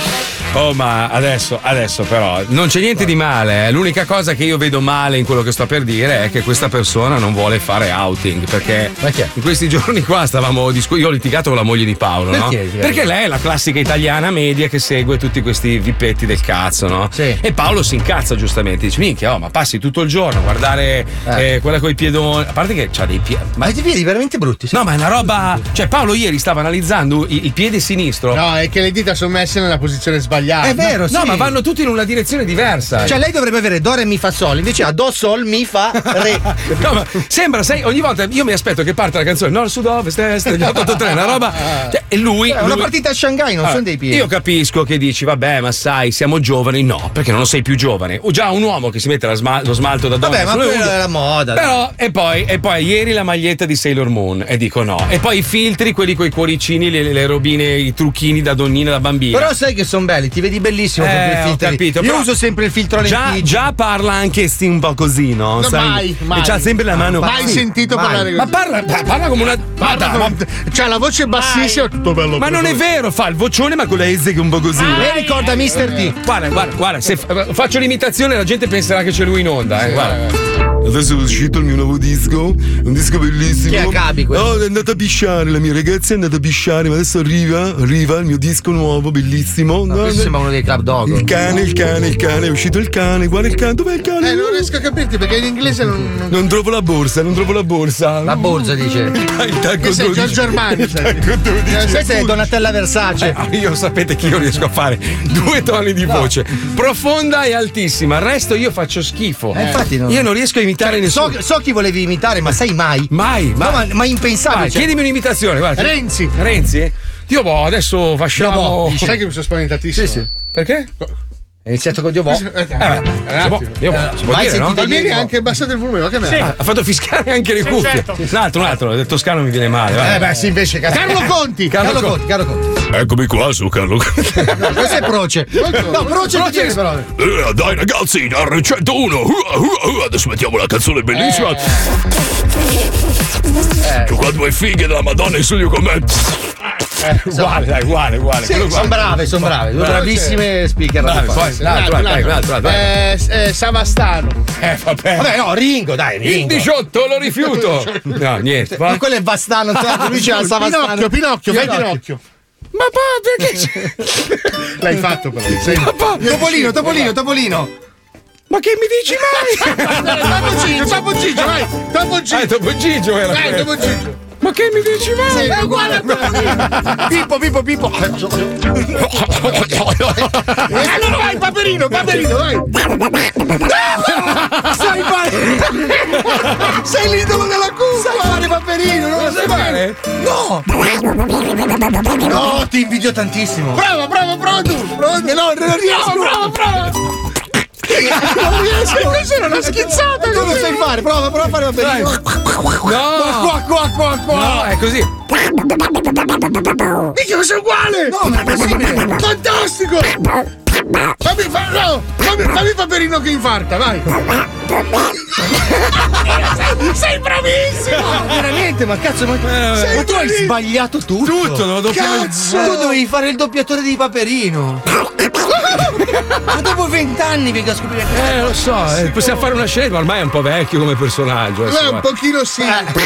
Oh, ma adesso, adesso però non c'è niente di male. eh. L'unica cosa che io vedo male in quello che sto per dire è che questa persona non vuole fare outing. Perché in questi giorni qua stavamo discu- io ho litigato con la moglie di Paolo, no? Perché? Perché lei è la classica italiana media che segue tutti questi vippetti del cazzo, no? Sì. E Paolo si incazza giustamente. Dice: minchia, oh, ma passi tutto il giorno a guardare Eh. eh, quella coi piedoni. A parte che c'ha dei piedi. Ma hai dei piedi veramente brutti. No, ma è una roba. Cioè, Paolo ieri stava analizzando il, il piede sinistro. No, è che le dita sono messe nella posizione sbagliata. È vero, No, sì. ma vanno tutti in una direzione diversa. Cioè lei dovrebbe avere do, re, mi, fa, sol. Invece ha do, sol, mi, fa, re. No, ma sembra, sai, ogni volta io mi aspetto che parte la canzone nord, sud, ovest, est, otto otto tre, una roba. Cioè, e lui. È una lui- partita a Shanghai, non Allora, sono dei piedi. Io capisco che dici, vabbè, ma sai, siamo giovani. No, perché non sei più giovane. O già un uomo che si mette la sma- lo smalto da donna. Vabbè, ma sulle quella unghie. è la moda. Però, e poi, e poi ieri la maglietta di Sailor Moon. E dico no. E poi i filtri, quelli coi cuoricini, le, le robine, i trucchini da donnina, da bambina. Però sai che sono belli, ti vedi bellissimo Eh, con quei ho filtri. capito, Io però- uso sempre il filtro Già, lenticchie. già parla anche sti un po' così, no? No, Sai? mai, mai. E c'ha sempre la mano. Mai Sì, sentito mai. parlare così. Ma parla, pa- parla come una. Parla ma- con- C'ha la voce bassissima, tutto bello. Ma non è vero, fa il vocione, ma con la S che è un po' così. Lei ricorda mister T. Guarda, guarda, guarda, se f- faccio l'imitazione la gente penserà che c'è lui in onda, eh, guarda. Adesso è uscito il mio nuovo disco, un disco bellissimo. Chi è Cabi quello? Oh, è andata a pisciare, la mia ragazza è andata a pisciare, ma adesso arriva, arriva il mio disco nuovo, bellissimo. Ma No, questo no. sembra uno dei club dog. Il cane, il cane, il cane, è uscito il cane, guarda il cane, dov'è il cane? Eh, non riesco a capirti perché in inglese non. non... Non trovo la borsa, non trovo la borsa. La borsa dice. Il tacco Che sei dodici. Giorgio Armani, sei. Il tacco dodici. Eh, sei Questa è tu. Donatella Versace. Eh, io sapete che io riesco a fare due toni di voce profonda e altissima. Il resto io faccio schifo. Eh, infatti no. Io non riesco a imitare nessuno. So, so chi volevi imitare, ma sai mai? Mai, mai. No, ma, ma impensabile. Vai, cioè. chiedimi un'imitazione, guarda. Renzi. Renzi? Io boh, adesso facciamo. Sai che mi sono spaventatissimo. Sì, sì. Perché? È iniziato con Dio Bo. Eh, Eh, si può, io boh, si può mai dire, no? sentito- Palmieri ha anche abbassato il volume, ma che merda. Ah, ha fatto fischiare anche le Sì, cuffie. certo. Un altro, un altro, del toscano mi viene male. vai. Eh beh, sì, invece cazzo. Carlo Conti. Carlo Carlo Conti. Conti, Carlo Conti. Eccomi qua, sono Carlo. No, questo è Proce. No, Proce ti tiene però. Eh, dai ragazzi, R centouno. Uh, uh, uh, adesso mettiamo una canzone bellissima. Eh. Che qua due fighe della Madonna in studio con me. Eh, uguale, dai, uguale, uguale. Sì, sono brave, sono brave. Due bravissime speaker. Bravi, poi, l'altro, l'altro, l'altro, l'altro, l'altro. Eh, eh, Savastano. Eh, vabbè. Vabbè, no, Ringo, dai, Il Ringo. diciotto lo rifiuto. No, niente. Ma quello è Vastano, lui c'era Savastano. Pinocchio, Pinocchio, fai Pinocchio. Ma pa, perché l'hai fatto però? Topolino, Topolino, Topolino. Ma che mi dici mai? Topo Gigio, Topo Gigio, vai! Topo Gigio! Ah, Topo Gigio era Vai, quello. Topo Gigio! Ma che mi dici mai? Sì, è uguale a Topo Pippo, Pippo, Pippo! Allora vai, Paperino, Paperino, vai! Sai fare! Sei l'idolo della cuffia! Sai fare Paperino, non lo sai fare? No! No, ti invidio tantissimo! Bravo, bravo, prova tu! Prova tu! No, non riesco! Bravo, bravo, bravo! Non riesco, questa era una schizzata! Tu lo sai fare, prova, prova a fare Paperino! No! Qua, qua, qua, qua! No, è così. Minchia, questo è uguale! No, ma è possibile! Fantastico! Fammi, fa, no, fammi, fammi Paperino che infarta, vai! Sei bravissimo! No, veramente, ma cazzo, ma, Sei ma tu hai bravissimo. sbagliato tutto! Tutto, devo doppiare. Cazzo! Tu dovevi fare il doppiatore di Paperino! Ma dopo vent'anni vengo a scoprire che. Eh, lo so, eh, possiamo fare una scena, ma ormai è un po' vecchio come personaggio. Eh, adesso, un pochino sì.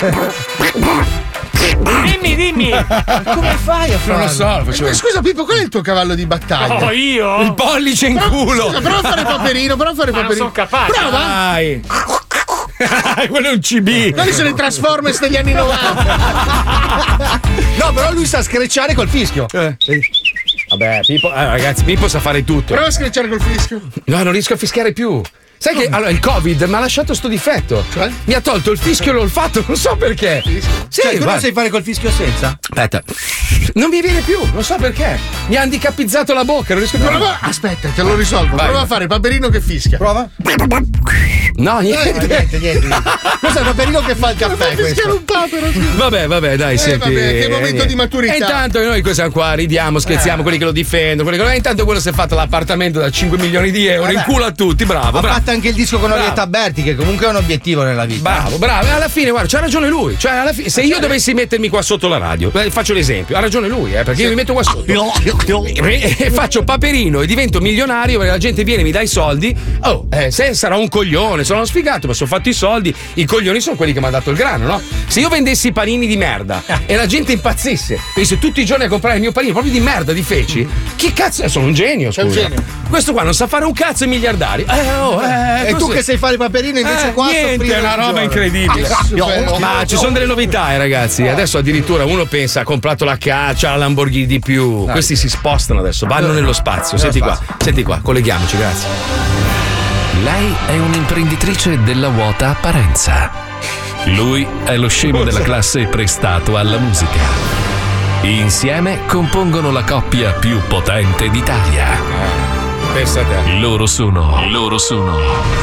Dimmi, dimmi. Come fai a fare? Non lo so, lo facevo. Eh, Scusa Pippo, qual è il tuo cavallo di battaglia? Oh, io? Il pollice in culo. Scusa, prova a fare Paperino, prova a fare Ma non Paperino. sono capace. Prova! Dai. Quello è un C B. Quelli sono i Transformers degli anni novanta. No, però lui sa screcciare col fischio. Eh. Vabbè, Pippo, eh, ragazzi, Pippo sa fare tutto. Prova a schiacciare col fischio. No, non riesco a fischiare più. Sai che allora il Covid mi ha lasciato sto difetto. Cioè? Mi ha tolto il fischio e l'olfatto, non so perché. Sì, Cioè, tu guarda. lo sai fare col fischio senza? Aspetta. Non mi viene più, non so perché. Mi ha handicapizzato la bocca, non riesco più a. Prova. Aspetta, te lo risolvo. Vai. Prova a fare Paperino che fischia. Prova. No, niente. Eh, niente, niente. Questo è il Paperino che fa il caffè. Fai fischiare Questo. un papero. Vabbè, vabbè, dai, Eh, senti. vabbè, che momento eh, di maturità. E intanto noi cosa siamo qua? Ridiamo, scherziamo, Eh. quelli che lo difendono, quelli che lo. E intanto quello si è fatto l'appartamento da cinque milioni di euro, Vabbè. in culo a tutti, bravo, Ha bravo. fatto anche il disco con Bravo. Orietta Berti, che comunque è un obiettivo nella vita. Bravo, bravo. E alla fine, guarda, c'ha ragione lui. Cioè, alla fine, se io dovessi mettermi qua sotto la radio, eh, faccio l'esempio, ha ragione lui, eh, perché io mi metto qua sotto e, e faccio Paperino e divento milionario perché la gente viene e mi dà i soldi. Oh, eh, se sarà un coglione, sono sfigato, ma sono fatto i soldi. I coglioni sono quelli che mi hanno dato il grano, no? Se io vendessi i panini di merda e la gente impazzisse, pensi tutti i giorni a comprare il mio panino proprio di merda, di feci, che cazzo è? Sono un genio, Sei un scusa. genio. Questo qua non sa fare un cazzo, i miliardari. Eh, oh, eh, E tu così. che sai fare Paperino invece Eh, qua niente, soffrire è una ogni roba giorno. incredibile. Ah, super. Ma ci sono delle novità, eh, ragazzi. Adesso addirittura uno pensa ha comprato la caccia, la Lamborghini di più. Questi si spostano adesso, vanno nello spazio. Senti qua, senti qua, colleghiamoci, grazie. Lei è un'imprenditrice della vuota apparenza. Lui è lo scemo della classe prestato alla musica. Insieme compongono la coppia più potente d'Italia. Pensa a te. Loro sono, loro sono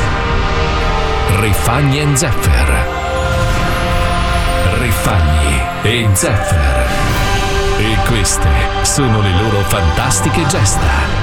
Riffagni e Zeffer. Riffagni e Zeffer. E queste sono le loro fantastiche gesta.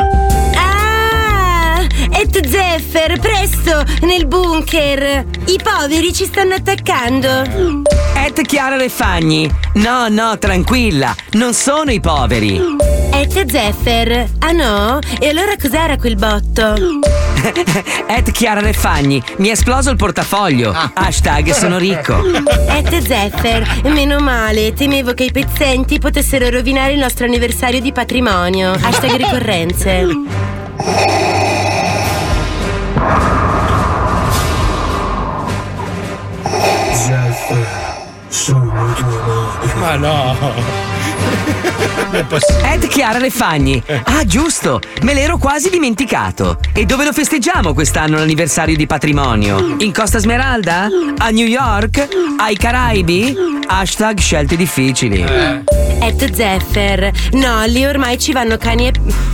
Et Zeffer, presto, nel bunker! I poveri ci stanno attaccando! Et Chiara Refagni. No, no, tranquilla, non sono i poveri. Et Zeffer, ah no? E allora cos'era quel botto? Et Chiara Refagni, mi è esploso il portafoglio. Hashtag sono ricco. Et Zeffer, meno male, temevo che i pezzenti potessero rovinare il nostro anniversario di patrimonio. Hashtag ricorrenze. Ma no. Ed Chiara Refagni. Ah, giusto, me l'ero quasi dimenticato. E dove lo festeggiamo quest'anno l'anniversario di patrimonio? In Costa Smeralda? A New York? Ai Caraibi? Hashtag scelte difficili. Et Zeffer, no, lì ormai ci vanno cani e.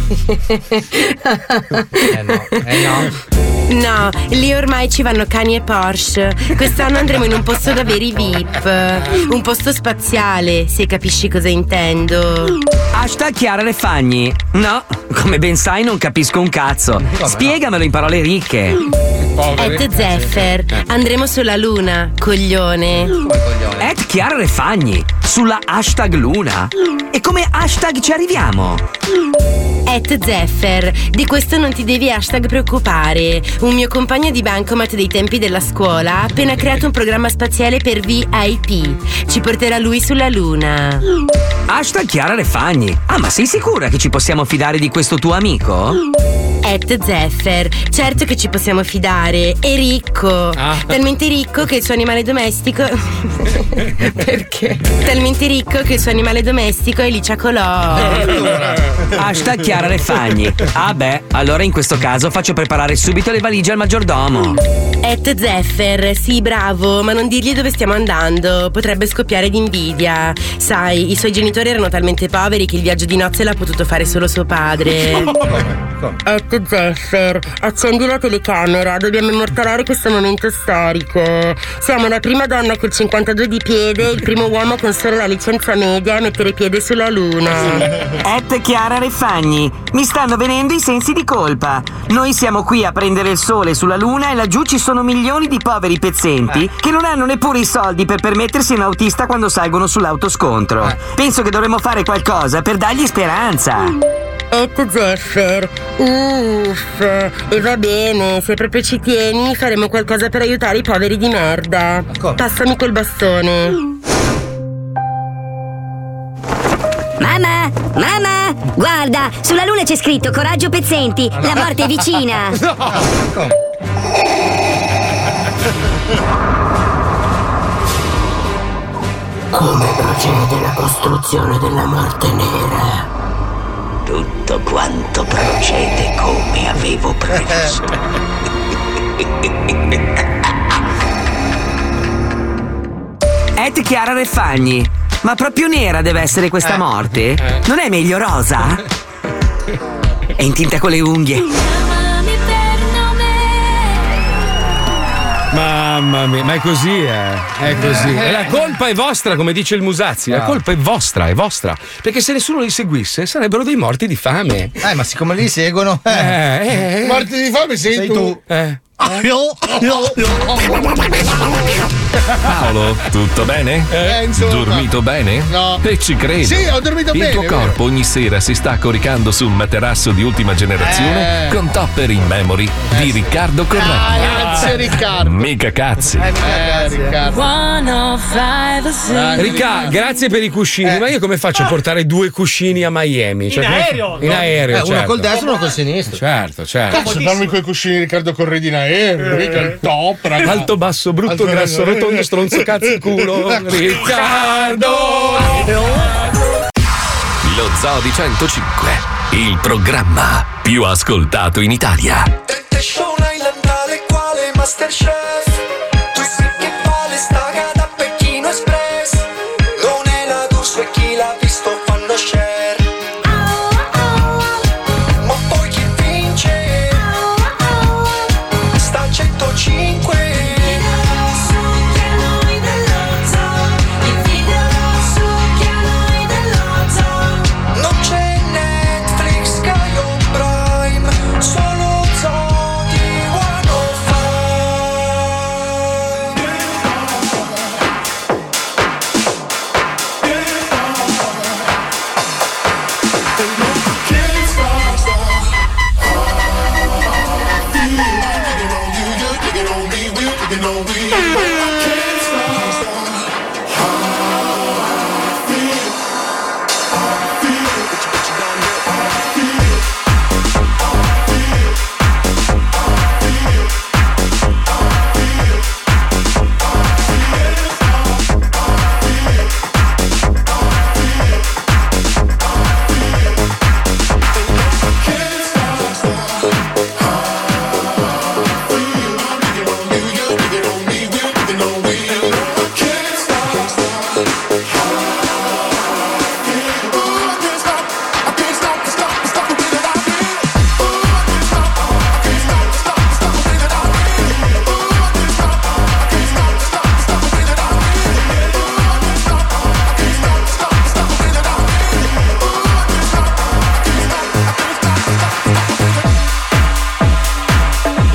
Eh no, eh no. No, lì ormai ci vanno cani e Porsche. Quest'anno andremo in un posto da veri V I P. Un posto spaziale, se capisci cosa intendo. Hashtag Chiara Refagni. No, come ben sai non capisco un cazzo. Spiegamelo in parole ricche. Ed Zeffer, andremo sulla luna, coglione. Ed Chiara Refagni, sulla hashtag luna. E come hashtag ci arriviamo? Ed Zeffer, di questo non ti devi hashtag preoccupare. Un mio compagno di bancomat dei tempi della scuola ha appena creato un programma spaziale per V I P. Ci porterà lui sulla luna. Hashtag Chiara Refagni. Ah, ma sei sicura che ci possiamo fidare di questo tuo amico? Ed Zeffer, certo che ci possiamo fidare. È ricco. Ah. Talmente ricco che il suo animale domestico. Perché? Talmente ricco che il suo animale domestico è Licia Colò. Hashtag Chiara Refagni. Ah beh, allora in questo caso faccio preparare subito le valigie al maggiordomo. Ed Zeffer, sì, bravo, ma non dirgli dove stiamo andando. Potrebbe scoppiare d'invidia. Sai, i suoi genitori erano talmente poveri che il viaggio di nozze l'ha potuto fare solo suo padre. Ed Zeffer, accendi la telecamera, dobbiamo immortalare questo momento storico. Siamo la prima donna col cinquantadue di piede, il primo uomo con solo la licenza media a mettere piede sulla luna. Ed Chiara Refagni, mi stanno venendo i sensi di colpa. Noi siamo qui a prendere il sole sulla luna e laggiù ci sono milioni di poveri pezzenti che non hanno neppure i soldi per permettersi un autista quando salgono sull'autoscontro. Penso che dovremmo fare qualcosa per dargli speranza. Ed Zeffer, uff, e va bene, se proprio ci tieni faremo qualcosa per aiutare i poveri di merda. Passami quel bastone. Mamma, mamma, guarda, sulla luna c'è scritto coraggio pezzenti, la morte è vicina. Come procede la costruzione della morte nera? Tutto quanto procede come avevo previsto. Ed Chiara Refagni, ma proprio nera deve essere questa morte? Non è meglio rosa? È in tinta con le unghie. Mamma mia, ma è così, eh. È così. E la colpa è vostra, come dice il Musazzi. La colpa è vostra, è vostra. Perché se nessuno li seguisse, sarebbero dei morti di fame. Eh, ma siccome li seguono. Eh, eh, eh. Morti di fame sei, Sei tu. tu. Eh. Paolo, tutto bene? Eh, insomma. Dormito bene? No. E ci credo. Sì, ho dormito Il bene, tuo vero. corpo ogni sera si sta coricando sul materasso di ultima generazione Eh. con Topper in Memory di Riccardo Corrado. Ah, grazie Riccardo. Mica cazzi. Eh, Riccardo. Ricca, grazie per i cuscini, ma io come faccio a portare due cuscini a Miami? Cioè, In come- aereo? In No. aereo, Eh, uno certo. col destro e uno col sinistro. Certo, certo. Cazzo, dammi quei cuscini Riccardo Corredi in aereo, mica il top, raga. Alto, basso, brutto, Alto, grasso, basso. rotondo, stronzo, cazzo, culo. Riccardo! Lo Zoo di centocinque, il programma più ascoltato in Italia. Show islandale quale Masterchef. Tu sì che vale sta gata Pechino Express. Non è la D'Urso e chi l'ha visto fanno share. Ma poi chi vince? Sta a centocinque. Non c'è Netflix, Sky o Prime, solo Zoo di centocinque.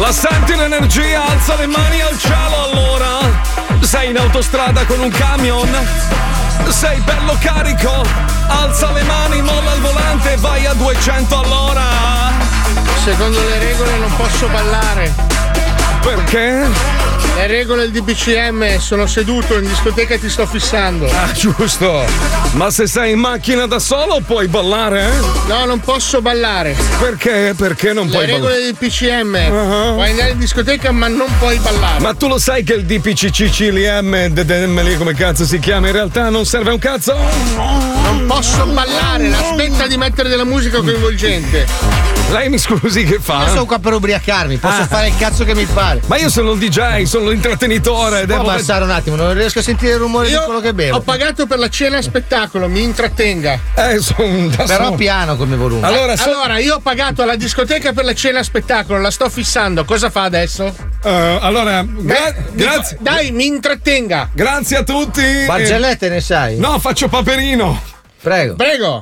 La senti l'energia? Alza le mani al cielo allora. Sei in autostrada con un camion? Sei bello carico? Alza le mani, molla il volante e vai a duecento all'ora. Secondo le regole non posso ballare. Perché? Le regole del D P C M, sono seduto in discoteca e ti sto fissando. Ah, giusto. Ma se sei in macchina da solo puoi ballare? Eh? No, non posso ballare. Perché? Perché non Le puoi ballare? Le regole del P C M. Uh-huh. Puoi andare in discoteca ma non puoi ballare. Ma tu lo sai che il D P C C C L M, D D M lì come cazzo si chiama, in realtà non serve un cazzo? Non posso ballare, la smetta di mettere della musica coinvolgente. Lei mi scusi, che fa? Io sono qua per ubriacarmi, posso Ah. fare il cazzo che mi pare. Ma io sono il D J, sono l'intrattenitore. Può Devo abbassare un attimo, non riesco a sentire il rumore Io di quello che bevo. Ho pagato per la cena spettacolo, mi intrattenga. Eh, sono da Però solo. piano come volume. Allora, so- allora, io ho pagato alla discoteca per la cena spettacolo, la sto fissando. Cosa fa adesso? Uh, allora, gra- Beh, grazie. Dai, mi intrattenga. Grazie a tutti. Barzellette ne sai? No, faccio Paperino. Prego. Prego.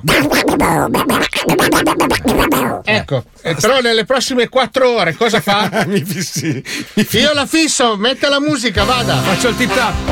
Ecco, eh, però nelle prossime quattro ore cosa fa? mi fissi. Io la fisso, metta la musica, vada. Faccio il tip tap.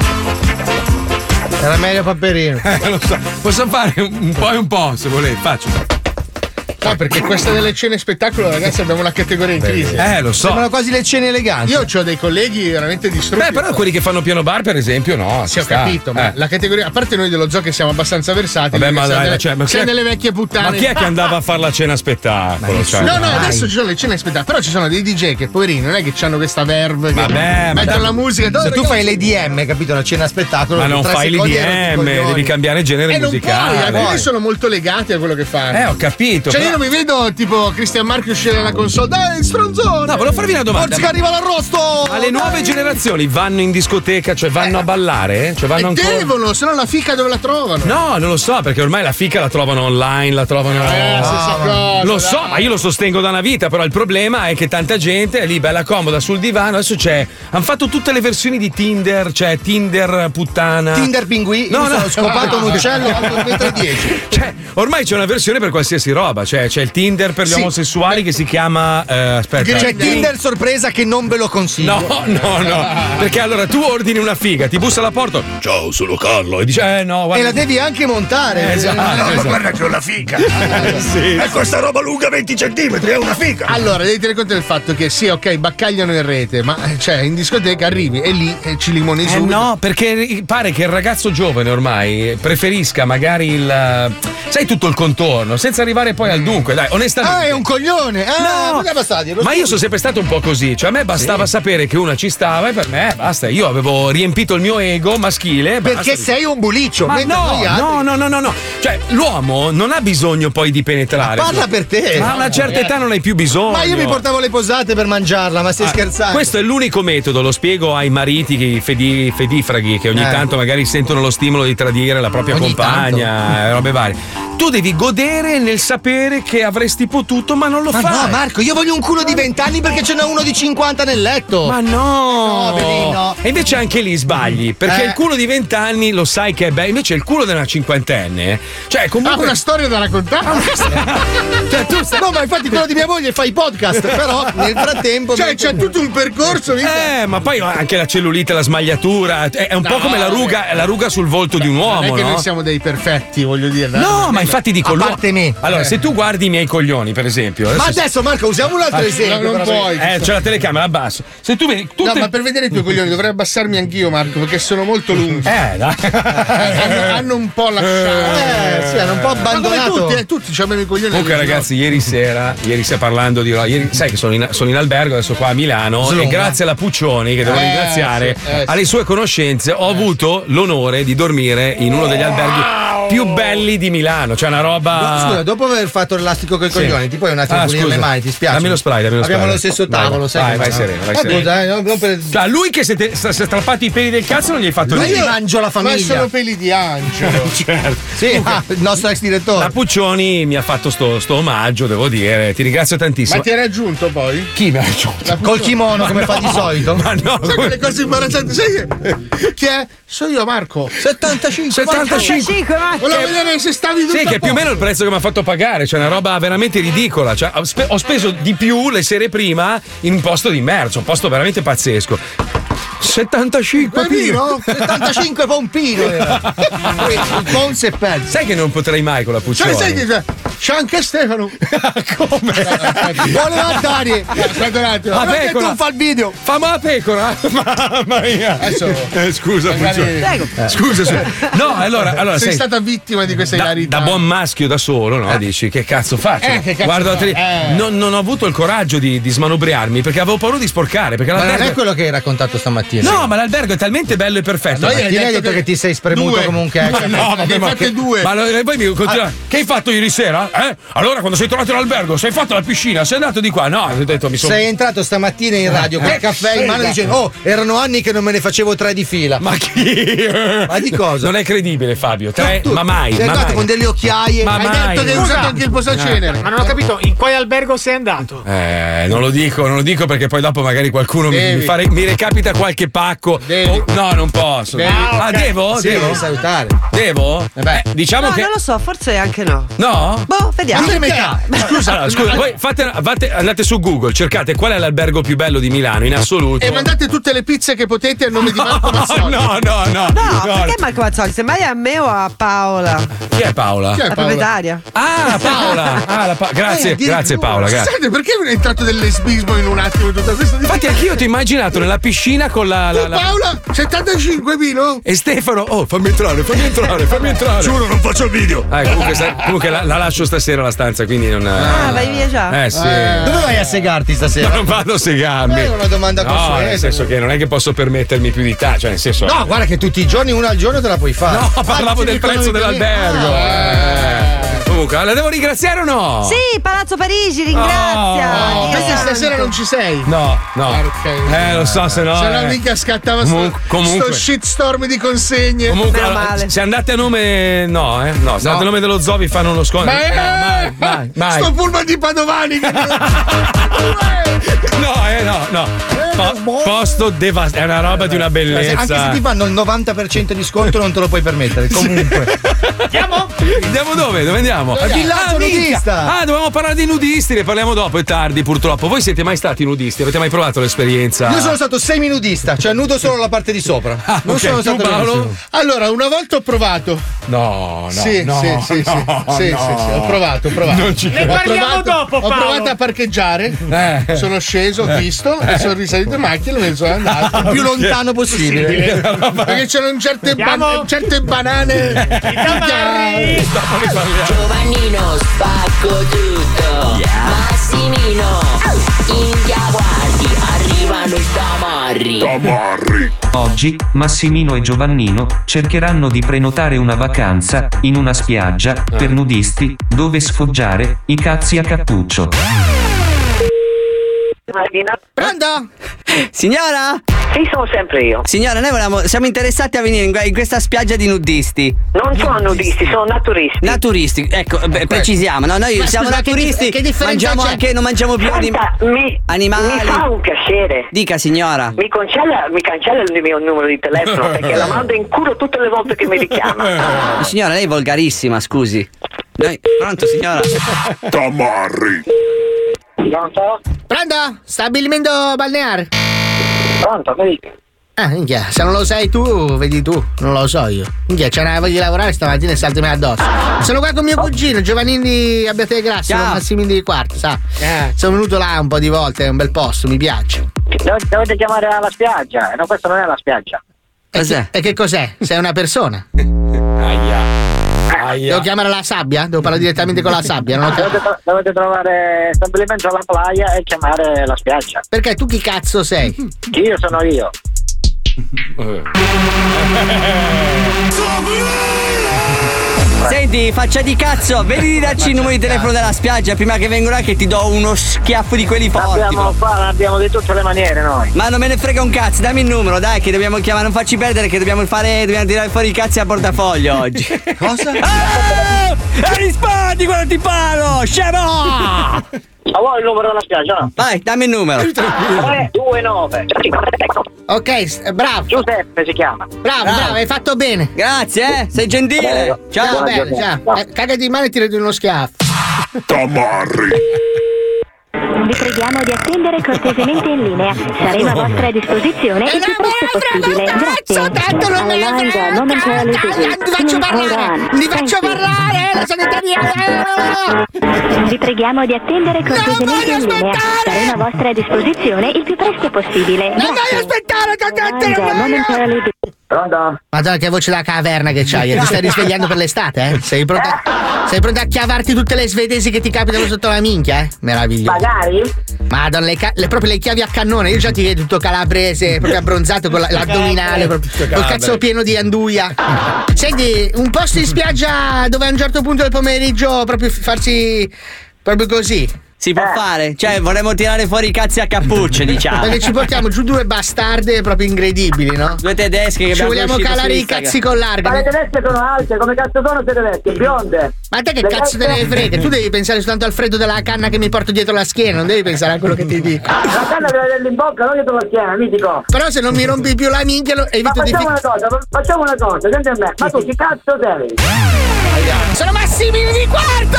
Era meglio Paperino. Eh, lo so. Posso fare un po' e un po', se volete. Faccio. No, perché questa delle cene spettacolo, ragazzi, abbiamo una categoria in crisi. Eh, lo so. Sembrano quasi le cene eleganti. Io ho dei colleghi veramente distrutti. Beh, però quelli che fanno piano bar, per esempio, no. Sì, ho sta. capito, ma Eh. la categoria, a parte noi dello zoo che siamo abbastanza versati, Vabbè, ma siamo, dai, delle, cioè, ma chi siamo è- delle vecchie puttane. Ma chi è che andava a fare la cena spettacolo? Cioè, No, no, dai. adesso ci sono le cene spettacolo, però ci sono dei D J che poverini non è che hanno questa verve che Vabbè, ma mettono dai- la musica. Se tu fai l'E D M, capito? La cena spettacolo. Ma non tre fai secondi erano l'I D tutti M, coglioni. devi cambiare genere E non puoi, musicale. alcuni sono molto legati a quello che fanno. Eh, ho capito. Cioè, però- io non mi vedo tipo Cristian Marchi uscire dalla console. Dai, stronzone! No, volevo farvi una domanda. Forza che arriva l'arrosto! Ma le nuove generazioni vanno in discoteca, cioè vanno a ballare? Cioè vanno E ancora. devono, se no la fica dove la trovano? No, non lo so, perché ormai la fica la trovano online, la trovano. Eh, la stessa cosa, lo dai. so, ma io lo sostengo da una vita, però il problema è che tanta gente è lì bella comoda sul divano. Adesso c'è. Hanno fatto tutte le versioni di Tinder, cioè Tinder puttana. Tinder pinguì, No, io no. sono scopato un uccello alto un metro e dieci. Cioè, ormai c'è una versione per qualsiasi roba. Cioè, c'è il Tinder per gli Sì. omosessuali che si chiama. eh, aspetta. C'è Tinder sorpresa che non ve lo consiglio. No, no, no. Perché allora tu ordini una figa, ti bussa alla porta. Ciao, sono Carlo. E dice, eh no, E guarda. la devi anche montare. Eh, esatto, No, esatto. Guarda che ho una figa. Sì. E questa roba lunga venti centimetri, è una figa. Allora, devi tenere conto del fatto che sì, ok, baccagliano in rete, ma eh, cioè in discoteca arrivi e lì eh, ci limoni Eh subito. no, perché pare che il ragazzo giovane ormai preferisca magari il. Sai tutto il contorno, senza arrivare poi al dunque. Dai, onestamente. Ah, è un coglione. Ah, No, ma basta dirlo. ma io sono sempre stato un po' così, cioè a me bastava sapere che una ci stava e per me basta, io avevo riempito il mio ego maschile. Perché basta. sei un buliccio. Ma mentre no, noi altri- no, no, no, no, no. Cioè, l'uomo non ha bisogno poi di penetrare. Ma parla per te. Ma a una certa età non hai più bisogno. Ma io mi portavo le posate per mangiarla, ma stai Ah, scherzando? Questo è l'unico metodo, lo spiego ai mariti che- i fedi- fedifraghi che ogni Eh. tanto magari sentono lo stimolo di tradire la propria Ogni compagna, eh, robe varie. Tu devi godere nel sapere che avresti potuto, ma non lo Ma fai. no, Marco, io voglio un culo di venti anni perché ce n'è uno di cinquanta nel letto. Ma no! No, vedi, no. E invece anche lì sbagli, perché Eh. il culo di venti anni lo sai che è bello, invece il culo della cinquantenne, cioè Ha comunque. una storia da raccontare. Cioè, tu stai... No, ma infatti quello di mia moglie fa i podcast, però nel frattempo. Cioè, c'è tutto un percorso. mica- Eh, ma poi anche la cellulite, la smagliatura, è è un po' No, come la ruga, la ruga sul volto di un Non uomo, è che no? noi siamo dei perfetti, voglio dire. No, ma infatti dico A l'uomo- parte me. Allora, Eh. se tu guardi i miei coglioni, per esempio. Ma adesso- adesso, Marco, usiamo un altro Ah, esempio. non però. puoi. Eh, c'è la telecamera, abbasso. Se tu vedi. No, tutte- ma per vedere i tuoi coglioni dovrei abbassarmi anch'io, Marco, perché sono molto lunghi. Eh, dai. hanno, hanno un po' lasciato. Eh, sì, hanno un po' Ma come abbandonato. tutti, eh, tutti abbiamo i coglioni. Comunque, lunghi, ragazzi, ieri sera, ieri stai parlando di. Ieri, sai che sono in, sono in albergo adesso qua a Milano. Slunga. E grazie alla Puccioni, che devo Eh, ringraziare, sì, eh, sì. alle sue conoscenze, ho avuto l'onore di dormire in uno degli alberghi più belli di Milano. C'è una roba. Scusa, dopo aver fatto l'elastico con i Sì. coglioni, ti puoi un attimo Ah, pulire scusa. le mani, ti spiace? Dammi lo spray, dammi lo Abbiamo spray. lo stesso Vai, tavolo, sai? vai, che- vai sereno, vai Eh, sereno. scusa, eh, non- non per- Cioè, lui che si è strappato i peli del cazzo non gli hai fatto Ma niente. io mangio la Ma famiglia. sono peli di Angelo. Certo. Sì, ah, il nostro ex direttore. La Puccioni mi ha fatto sto, sto omaggio, devo dire. Ti ringrazio tantissimo. Ma ti hai raggiunto poi? Chi mi ha raggiunto? Col kimono, come fa di solito. Ma no, Sai quelle cose imbarazzanti? Sai che- chi è? So io, Marco. settantacinque. settantacinque. settantacinque, infatti. Volevo vedere se stavi tutto Sì, che è più o meno il prezzo che mi ha fatto pagare, cioè una roba veramente ridicola. Cioè, ho, spe- ho speso di più le sere prima in un posto di merce, un posto veramente pazzesco. settantacinque Pompino? settantacinque Pompino era. Il Ponce e pezzo. Sai che non potrei mai con la Puccioni. Cioè, sai che c'è anche Stefano. Come? Vuole andare. Aspetta un attimo. La Ma che pecora. tu fa il video. Fammi la pecora. Mamma mia. Adesso. Eh, scusa, Puccioni. Prego. Scusa, scusa. No, allora, allora sei sei stata vittima di questa da, ilarità. da buon maschio da solo, no? Dici che cazzo faccio? Eh, che cazzo Guardo la fa? tele- Eh. non, non ho avuto il coraggio di, di smanobriarmi perché avevo paura di sporcare. Perché Ma non l'albergo è quello che hai raccontato stamattina. No, ma l'albergo è talmente bello e perfetto. Ma ieri hai detto che ti sei spremuto due. come un Ma cazzo. no, vabbè, ma che due. Ma lo- e poi mi continua. Che hai fatto ieri sera? Eh? Allora, quando sei tornato all'albergo, sei fatto la piscina, sei andato di qua? No, ho detto mi sono. Sei entrato stamattina in radio col Eh, caffè in mano frega. dicendo: oh, erano anni che non me ne facevo tre di fila. Ma chi? Ma di cosa? Non è credibile, Fabio. Tre? Tu ma mai. sei ma andato mai. con delle occhiaie. Ma Hai mai. detto che hai Scusa. usato anche il posacenere. Ma non ho capito, in quale albergo sei andato? Eh, non lo dico, non lo dico perché poi dopo magari qualcuno mi, Devi. mi, fare- mi recapita qualche pacco. Devi. Oh, no, non posso. Devi. Ah, ok. devo? Sì, devo? devi salutare. Devo? beh. Eh, diciamo No, che. non lo so, forse anche no. No? Boh, vediamo. Ma metà. Scusa, allora, scusa, voi fate, fate- andate su Google, cercate qual è l'albergo più bello di Milano in assoluto. E mandate tutte le pizze che potete a nome di Marco No, Mazzoli. no, no, no. No, perché Marco Mazzoli? Semmai a me o a Paola, Chi è Paola? Chi è la Paola? proprietaria. Ah, Paola. Ah, la Pa- grazie, Eh, addirittura. grazie Paola. Grazie. Scusate, perché è entrato del lesbismo in un attimo in tutta questa Infatti anch'io ti ho immaginato nella piscina con la. la- la- Paola, settantacinque Pino? E Stefano, oh, fammi entrare, fammi entrare, fammi entrare. Giuro, non faccio il video. Eh, comunque, sta- comunque la, la lascio stasera la stanza, quindi non. Ah, vai via già. Eh sì. Dove vai a segarti Ma stasera? non vado a segarmi. È una domanda No, consueta. nel senso che non è che posso permettermi più di ta, cioè nel senso. No, guarda che tutti i giorni, uno al giorno te la puoi fare. No, parlavo del prezzo dell'albergo. Eh. Comunque, la devo ringraziare o no? Sì, Palazzo Parigi, ringrazia. Oh, Dio Perché santo. stasera non ci sei? No, no. Ok. Eh, lo so, se no. Se no eh. mica scattava sto, Comunque- comunque. sto shitstorm di consegne. Comunque, Meno allora, male. se andate a nome. No, eh? No, se andate a nome dello zoo vi fanno uno sconto. Ma Eh, mai, mai, mai. sto pullman di Padovani che No, eh, no, no. Po- posto devastato. È una roba di una bellezza. Anche se ti fanno il novanta per cento di sconto non te lo puoi permettere. Comunque. Andiamo? Andiamo dove? Dove andiamo? Al villaggio Ah, minchia. nudista. Ah, dovevamo parlare di nudisti, ne parliamo dopo, è tardi purtroppo. Voi siete mai stati nudisti? Avete mai provato l'esperienza? Io sono stato seminudista, cioè nudo solo la parte di sopra. Non ok. sono Tu, stato Paolo? benissimo. Allora, una volta ho provato. No, no. sì, no, sì, sì, sì, no, sì, no. sì, sì, ho provato, ho provato. Non ci Ne credo. Ho parliamo provato, dopo, ho Paolo. provato a parcheggiare, Eh. sono sceso, ho visto, e sono risalito in macchina e me ne sono andato. Il più lontano possibile. Perché c'erano certe, ban- Andiamo? certe banane. Tamarri! Dopo ne parliamo. Giovannino, spacco tutto. Massimino, India guardi, arrivano i tamarri. Tamarri. Oggi, Massimino e Giovannino cercheranno di prenotare una vacanza in una spiaggia per nudisti dove sfoggiare i cazzi a cappuccio. Pronto? Signora? Sì, sono sempre io. Signora, noi volevamo, siamo interessati a venire in, in questa spiaggia di nudisti. Non sono nudisti, sono naturisti. Naturisti, ecco, beh, precisiamo, no? Noi Ma siamo scusa, che naturisti, dif- che differenza mangiamo c'è? anche, non mangiamo più anim- Senta, mi, animali. mi fa un piacere. Dica signora. Mi cancella, mi cancella il mio numero di telefono perché la mando in culo tutte le volte che mi richiama. Signora, lei è volgarissima, scusi. Noi, pronto signora? Tamarri. Pronto? Pronto? Stabilimento balneare. Pronto, mi dica. Ah, minchia, se non lo sai tu, vedi tu, non lo so io. Minchia, c'è una voglia di lavorare stamattina e saltami addosso. Sono qua con mio cugino, Giovannini Abbiate di Grasso, Ciao. Massimini di Quarto, sa. Sono venuto là un po' di volte, è un bel posto, mi piace. Dov- Dovete chiamare alla spiaggia. No, questo non è la spiaggia. Cos'è? E che cos'è? Sei una persona? Aia. Devo chiamare la sabbia? Devo parlare direttamente con la sabbia? Non ho capito. Dovete, tro- dovete trovare stabilimento alla playa e chiamare la spiaggia. Perché tu chi cazzo sei? Io sono io. Senti, faccia di cazzo, vedi di darci il numero di telefono della spiaggia prima che vengo là che ti do uno schiaffo di quelli forti. Abbiamo, bro. qua, abbiamo di tutte le maniere noi. Ma non me ne frega un cazzo, dammi il numero, dai, che dobbiamo chiamare, non facci perdere, che dobbiamo fare, dobbiamo tirare fuori i cazzi a portafoglio oggi. Cosa? Ah! E rispondi quando ti parlo, scemo! Ma vuoi il numero della spiaggia, no? Vai, dammi il numero. tre due nove Ok, s- bravo. Giuseppe si chiama. Bravo, bravo, hai fatto bene. Grazie, eh, sei gentile. Ciao. Va bene, ciao. Eh, cagati in mano e tirati uno schiaffo. Tamarri. Vi preghiamo di attendere cortesemente in linea. Saremo a vostra disposizione il più presto possibile. Grazie. Tanto non me ne frega. Ti faccio parlare. Ti faccio parlare. La sanitaria. Vi preghiamo di attendere cortesemente in linea. Saremo a vostra disposizione il più presto possibile. Non voglio aspettare, Pronto? Madonna, che voce da caverna che c'hai. Ti stai risvegliando per l'estate, eh? Sei pronta? Sei pronta a chiavarti tutte le svedesi che ti capitano sotto la minchia, eh? Meraviglioso. Magari? Madonna, le, ca- le proprio le chiavi a cannone. Io già ti vedo tutto calabrese, proprio abbronzato con la- l'addominale, proprio, col cazzo pieno di anduia. Senti, un posto in spiaggia dove a un certo punto del pomeriggio proprio farsi proprio così. Si può fare? Cioè, vorremmo tirare fuori i cazzi a cappucce, diciamo. Perché ci portiamo giù due bastarde proprio incredibili, no? Due tedesche che ci abbiamo vogliamo conosciuto calare su i Instagram. cazzi con l'arga. Ma le tedesche sono alte, come cazzo sono queste tedesche? Bionde. Ma te che Le cazzo te ne tedesche- frega? Tu devi pensare soltanto al freddo della canna che mi porto dietro la schiena, non devi pensare a quello che ti dico. La canna deve averla in bocca, non dietro la schiena, mitico. Però se non mi rompi più la minchia lo Ma evito di facciamo fi- una cosa, facciamo una cosa, senti a me. Ma tu chi cazzo sei? Sono Massimino di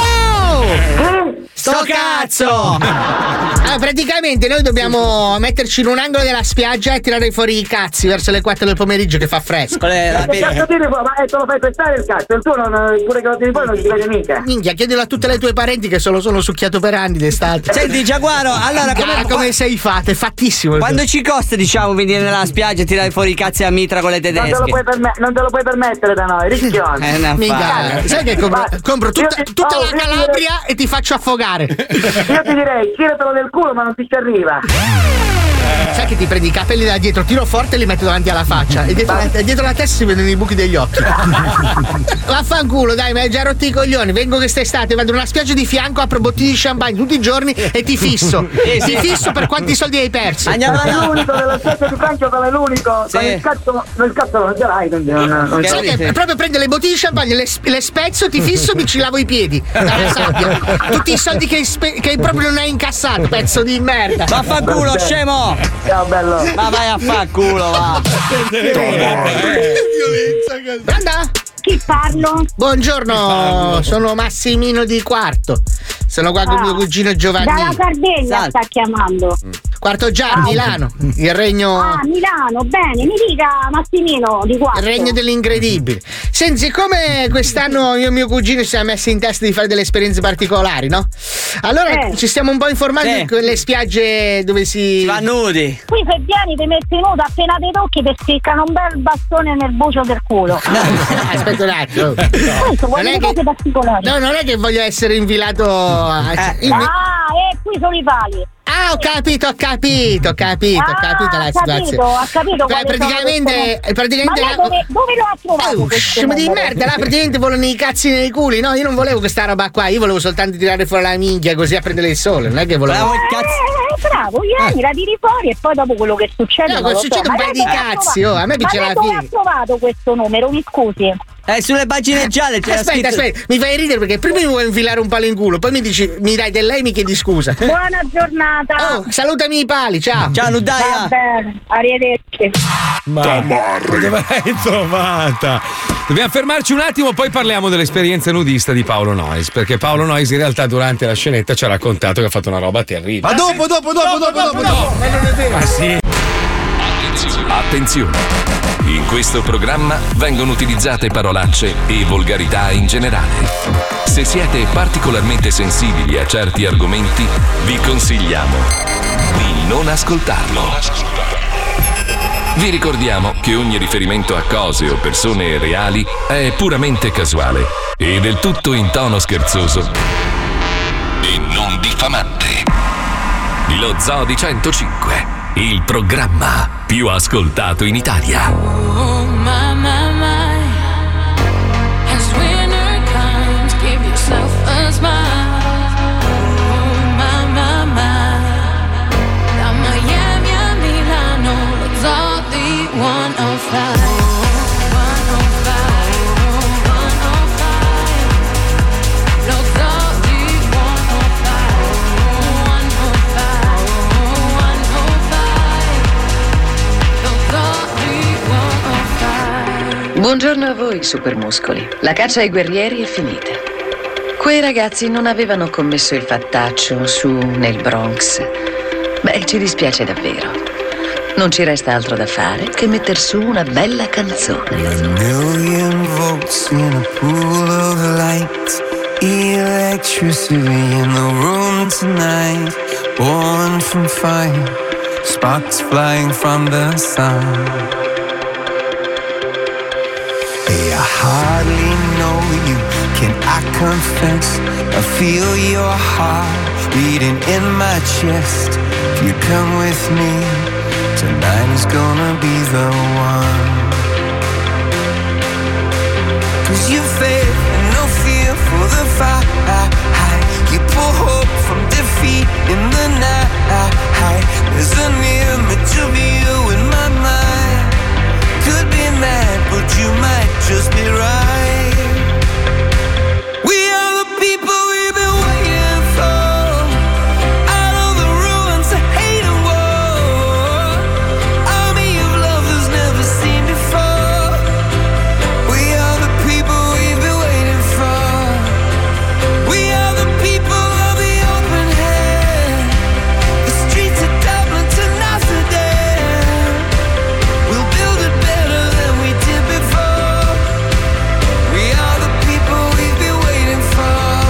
Quarto! Sto cazzo! Allora, praticamente noi dobbiamo metterci in un angolo della spiaggia e tirare fuori i cazzi verso le quattro del pomeriggio che fa fresco. Qual è la Ma che cazzo tiri fuori? Ma eh, te lo fai pestare il cazzo, il tuo non, pure che lo tiri fuori non si vede mica. Minchia, chiedilo a tutte le tue parenti che se lo sono succhiato per anni d'estate. Senti, Giaguaro, allora come, come, come sei fatta? È fattissimo. Quando ci costa, diciamo, venire nella spiaggia e tirare fuori i cazzi a mitra con le Non te, lo tedesche? puoi perme- non te lo puoi permettere da noi, rischione. Eh, una Minchia, fame. sai che compro, Ma- compro tutta, io ti- tutta oh, la io ti Calabria direi- e ti faccio affogare. Io ti direi, tiratelo nel culo ma non ti ci arriva. Sai che ti prendi i capelli da dietro, tiro forte e li metto davanti alla faccia. E dietro, la, e dietro la testa si vedono i buchi degli occhi. Vaffanculo, dai, mi hai già rotto i coglioni. Vengo quest'estate, vado in una spiaggia di fianco, apro bottiglie di champagne tutti i giorni e ti fisso. Ti fisso per quanti soldi hai perso. Andiamo Sei là. l'unico della spiaggia di Francia, sei l'unico. Sì. Con il cazzo, il cazzo non ce l'hai, quindi non, non Sai che sì. proprio prendo le bottiglie di champagne, le, le spezzo, ti fisso, mi ci lavo i piedi. Dalla sabbia. Tutti i soldi che, spe- che proprio non hai incassato, pezzo di merda. Vaffanculo, scemo! Ciao bello. Ma vai a fanculo, va! Pronta? Chi parlo? Buongiorno, sono Massimino di Quarto. Sono qua con mio cugino Giovanni. Dalla Sardegna Salve. sta chiamando. Quarto già, Milano. Il regno. Ah, Milano, bene, mi dica Massimino di Il Quarto. regno dell'incredibile. Senti, siccome quest'anno io e mio cugino ci siamo messi in testa di fare delle esperienze particolari, no? Allora Eh. ci stiamo un po' informando Sì. di quelle spiagge dove si. Va nudi! Qui se vieni ti metti nudo, appena ti tocchi ti spiccano un bel bastone nel bucio del culo. Aspetta un attimo. Questo, Non voglio è cose che- particolari. No, non è che voglio essere infilato. a- in- Ah, e qui sono i pali. Ah, ho capito, ho capito, ho capito, ho Ah, capito la ha situazione. capito, ha capito Beh, quali sono praticamente, queste- praticamente Ma lei la- dove, dove lo ha trovato Oh, questo ma di numero? merda, là praticamente volano i cazzi nei culi. No, io non volevo questa roba qua, io volevo soltanto tirare fuori la minchia così a prendere il sole. Non è che volevo. Bravo il cazzo! Eh, bravo, vieni, la tiri fuori e poi dopo quello che succede. No, non lo succede so. un Ma paio lei di dove ha cazzi, trovato- oh, a me piace Ma lei la dove ha figa. trovato questo numero? Mi scusi. Eh, sulle pagine gialle c'era Aspetta, scritto. aspetta, mi fai ridere perché prima mi vuoi infilare un palo in culo, poi mi dici, mi dai del lei e mi chiedi scusa. Buona giornata. Oh, salutami i pali, ciao. Ciao, Va Nudaia! bene, arrivederci. Ma dove l'hai trovata? Dobbiamo fermarci un attimo, poi parliamo dell'esperienza nudista di Paolo Noyes. Perché Paolo Noyes in realtà durante la scenetta ci ha raccontato che ha fatto una roba terribile. Ma dopo, dopo, dopo, dopo, dopo, dopo. Ma non è vero. Ma sì. Attenzione! In questo programma vengono utilizzate parolacce e volgarità in generale. Se siete particolarmente sensibili a certi argomenti, vi consigliamo di non ascoltarlo. Vi ricordiamo che ogni riferimento a cose o persone reali è puramente casuale e del tutto in tono scherzoso e non diffamante. Lo Zoo di centocinque, il programma più ascoltato in Italia. Oh my, my, my. As winter comes, give yourself a smile. Oh my, my, my. Da Miami a Milano, lo Zoo di centocinque. Lo Buongiorno a voi, supermuscoli. La caccia ai guerrieri è finita. Quei ragazzi non avevano commesso il fattaccio su nel Bronx. Beh, ci dispiace davvero. Non ci resta altro da fare che metter su una bella canzone. A million volts in a pool of light, electricity in the room tonight, born from fire, sparks flying from the sun. Hey, I hardly know you, can I confess? I feel your heart beating in my chest. If you come with me, tonight is gonna be the one. Cause you faith and no fear for the fight. You pull hope from defeat in the night. There's an image of you in my mind. Could be mad, but you might just be right. We are the people we've been waiting for. Out of the ruins of hate and war, army of love that's never seen before. We are the people we've been waiting for. We are the people of the open hand. The streets of Dublin to Amsterdam. We'll build it better than we did before. We are the people we've been waiting for.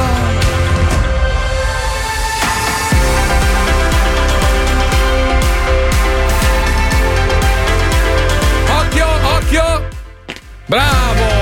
Occhio, occhio! Bravo!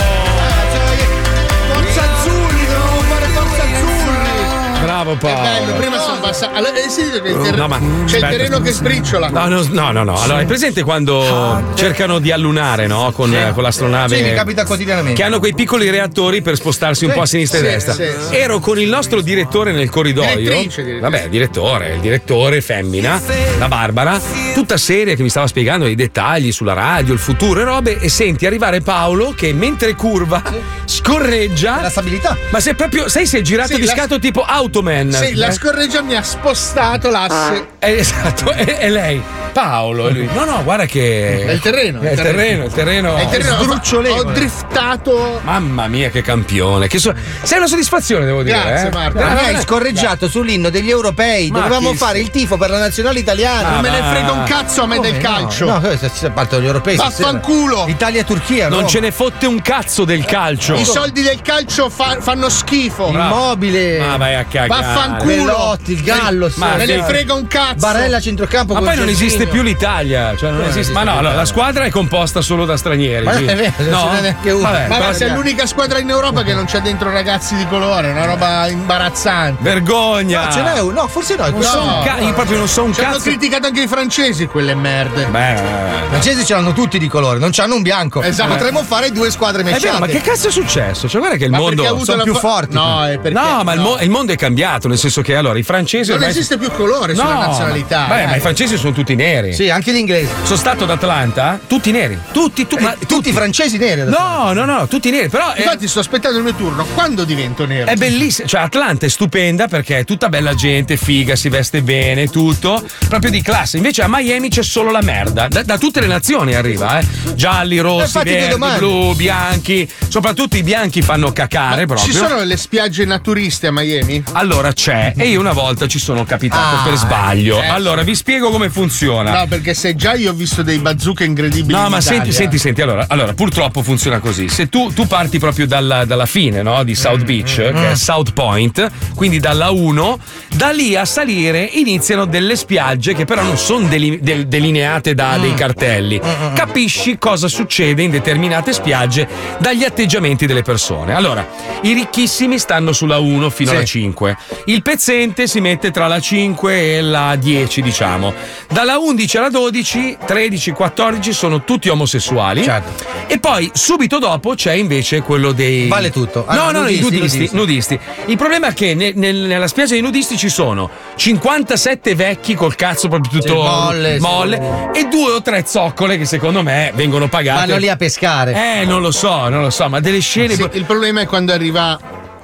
Forza azzurri, dobbiamo fare forza azzurri. Bravo È Paolo. bello, prima sono passati. Allora, hai sentito che il terreno, No, ma- c'è aspetta, il terreno che sbriciola. No, no, no, no, no. Allora, hai presente quando cercano di allunare, no? Con, Sì. con l'astronave. Sì, mi capita quotidianamente. Che hanno quei piccoli reattori per spostarsi un Sì, po' a sinistra sì, e a destra. sì, sì. Ero con il nostro direttore nel corridoio. Direttrice, direttrice. Vabbè, direttore, il direttore femmina, la Barbara, tutta seria che mi stava spiegando i dettagli sulla radio, il futuro e robe. E senti arrivare Paolo che mentre curva scorreggia. La stabilità. Ma se proprio, sai, si è girato Sì, di la- scatto tipo Automan. Sì, la Eh? scorreggia mi ha spostato l'asse. Eh, esatto, e, e lei, Paolo, e lui, no, no, guarda che. È il terreno. È il terreno, il terreno. È il terreno. sdrucciolevole. Ho driftato. Mamma mia, che campione. Che so... Sei una soddisfazione, devo dire. Grazie, eh? Marco. Ma Ah, noi non hai è- scorreggiato sull'inno degli europei. Ma Dovevamo chi fare si- il tifo per la nazionale italiana. Ma Non me ne va. frega un cazzo a me del Come calcio. No, no questo si parte dagli europei. Vaffanculo. Italia-Turchia. Non Roma. ce ne fotte un cazzo del calcio. I soldi del calcio fa- fanno schifo. Immobile. Ma vai a cagare. Vaffanculo. Belotti, il Gallo. sì. Ma Me ne sì. frega un cazzo. Barella centrocampo. Ma con poi non Jorginho. esiste più l'Italia. Cioè non Come esiste. non Ma esiste no, più allora, la l'Italia? squadra è composta solo da stranieri. Ma non sì. è vero, non no? ce n'è neanche uno. Vabbè, Ma però- sei l'unica squadra in Europa che non c'è dentro ragazzi di colore, è una roba imbarazzante. Vergogna. No, ce n'è uno. No, forse no. Non so un ca- io proprio non so un Ci hanno cazzo. criticato anche i francesi, quelle merde. Beh, I francesi ce l'hanno tutti di colore, non c'hanno un bianco. Esatto. Potremmo fare due squadre è mesciate. vero, ma che cazzo è successo? Cioè, guarda che il Ma mondo. perché ha avuto sono la più fa- forti. No, è perché No, ma il, mo- il mondo è cambiato, nel senso che allora i francesi. non ormai- esiste più colore sulla No, nazionalità. Beh, eh. ma i francesi sono tutti neri. Sì, anche gli inglesi. Sono stato ad Atlanta, tutti neri. Tutti, tu- ma- Tutti i francesi neri. adesso. No, no, no, tutti neri. Però è, Infatti sto aspettando il mio turno. Quando divento nero? è bellissimo. Cioè, Atlanta è stupenda perché è tutta bella gente, figa, si veste bene, tutto. Proprio di classe. Invece a Miami c'è solo la merda. Da, da tutte le nazioni arriva, eh. Gialli, rossi, infatti verdi, vedo male. blu, bianchi. Soprattutto i bianchi fanno cacare proprio. Ci sono le spiagge naturiste a Miami? Allora c'è, e io una volta ci sono capitato Ah, per sbaglio. eh. Allora vi spiego come funziona. No, perché se già io ho visto dei bazooka incredibili. No, in ma Italia. senti, senti, senti. Allora, allora, purtroppo funziona così. Se tu, tu parti proprio dalla, dalla fine, no? Di South Beach, che è South Point, quindi dalla uno, da lì a salire iniziano delle spiagge che però non sono deli- del- delineate da dei cartelli. Capisci cosa succede in determinate spiagge dagli atteggiamenti delle persone. Allora, i ricchissimi stanno sulla uno fino Sì. alla cinque. Il pezzente si mette tra la cinque e la dieci, diciamo. Dalla undici alla dodici, tredici, quattordici sono tutti omosessuali. Certo. E poi subito dopo c'è invece quello dei. Vale tutto. Ah, No, no, no, no, i nudisti, nudisti, nudisti. nudisti. Il problema è che ne- nel- nella spiaggia dei nudisti ci sono cinquantasette vecchi col cazzo proprio tutto Sì, molle, sì. molle e due o tre zoccole che secondo me vengono pagate. Vanno lì a pescare. Eh, non lo so, non lo so, ma delle scene. Sì, il problema è quando arriva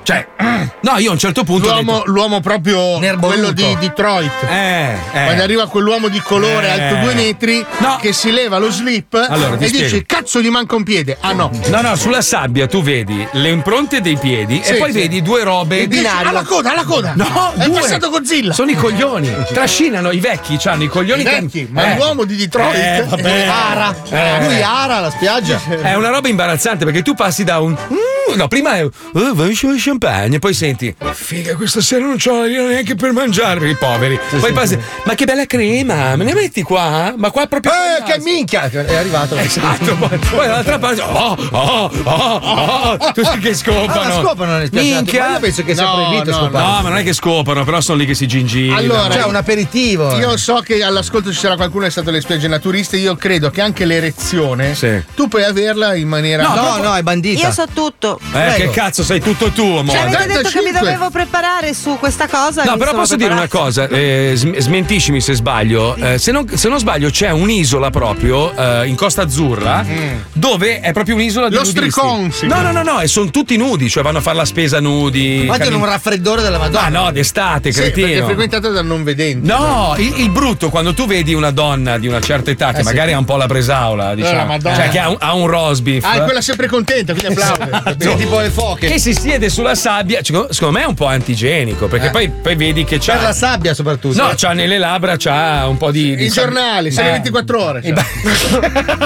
Cioè, no, io a un certo punto. L'uomo, ho detto, l'uomo proprio quello di Detroit. Eh, eh. Quando arriva quell'uomo di colore Eh. alto due metri che si leva lo slip Allora, ti e spiego. dici cazzo gli manca un piede. Ah no. No, no, sulla sabbia tu vedi le impronte dei piedi Sì, e poi sì. vedi due robe. E dici, alla coda, alla coda. No, è due. passato Godzilla. Sono i coglioni. Trascinano i vecchi, hanno i coglioni. I vecchi, ma Eh. l'uomo di Detroit Eh, vabbè. ara. Eh. Lui ara alla spiaggia. È una roba imbarazzante perché tu passi da un. Mm, no, prima è. Oh, vai su champagne, poi senti. Figa, questa sera non c'ho la lira neanche per mangiare per i poveri. Poi passi. Ma che bella crema, me ne metti qua? Ma qua proprio. Eh, che minchia! È arrivato. Esatto, poi, poi dall'altra parte. Oh, oh, oh, oh, tutti che scopano. Ah, scopano nelle spiagge. Minchia. Ma io penso che sia No, proibito no, scopare. No, ma non è che scopano, però sono lì che si gingillano. Allora, Cioè, un aperitivo. Io so che all'ascolto ci sarà qualcuno che è stato alle spiagge naturiste. Io credo che anche l'erezione tu puoi averla in maniera. No, no, no, è bandita. Io so tutto. Eh, che cazzo, sei tutto tu, Ci amore. avete detto che mi dovevo preparare su questa cosa? No, mi però sono posso dire una preparata. cosa, eh, sm- smentiscimi se sbaglio. Eh, se, non, se non sbaglio, c'è un'isola proprio eh, in Costa Azzurra dove è proprio un'isola di Lo nudisti. Stricon, sì. No, no, no, no, e sono tutti nudi, cioè vanno a fare la spesa nudi. Quanto in cammin- un raffreddore della Madonna. Ah, no, d'estate, Sì, perché è cretino. frequentata da non vedenti. No, il, il brutto quando tu vedi una donna di una certa età che Eh, sì. magari ha un po' la bresaola, diciamo, la Madonna. cioè che ha un, ha un roast beef. Ah, è quella sempre contenta, quindi applaude. Esatto. tipo le foche. Che si siede sulla sabbia, secondo secondo me è un po' antigenico, perché Eh. poi, poi vedi che c'ha. Per la sabbia soprattutto. No, c'ha nelle labbra, c'ha un po' di. di I sab- giornali, sono Eh. ventiquattro ore. cioè.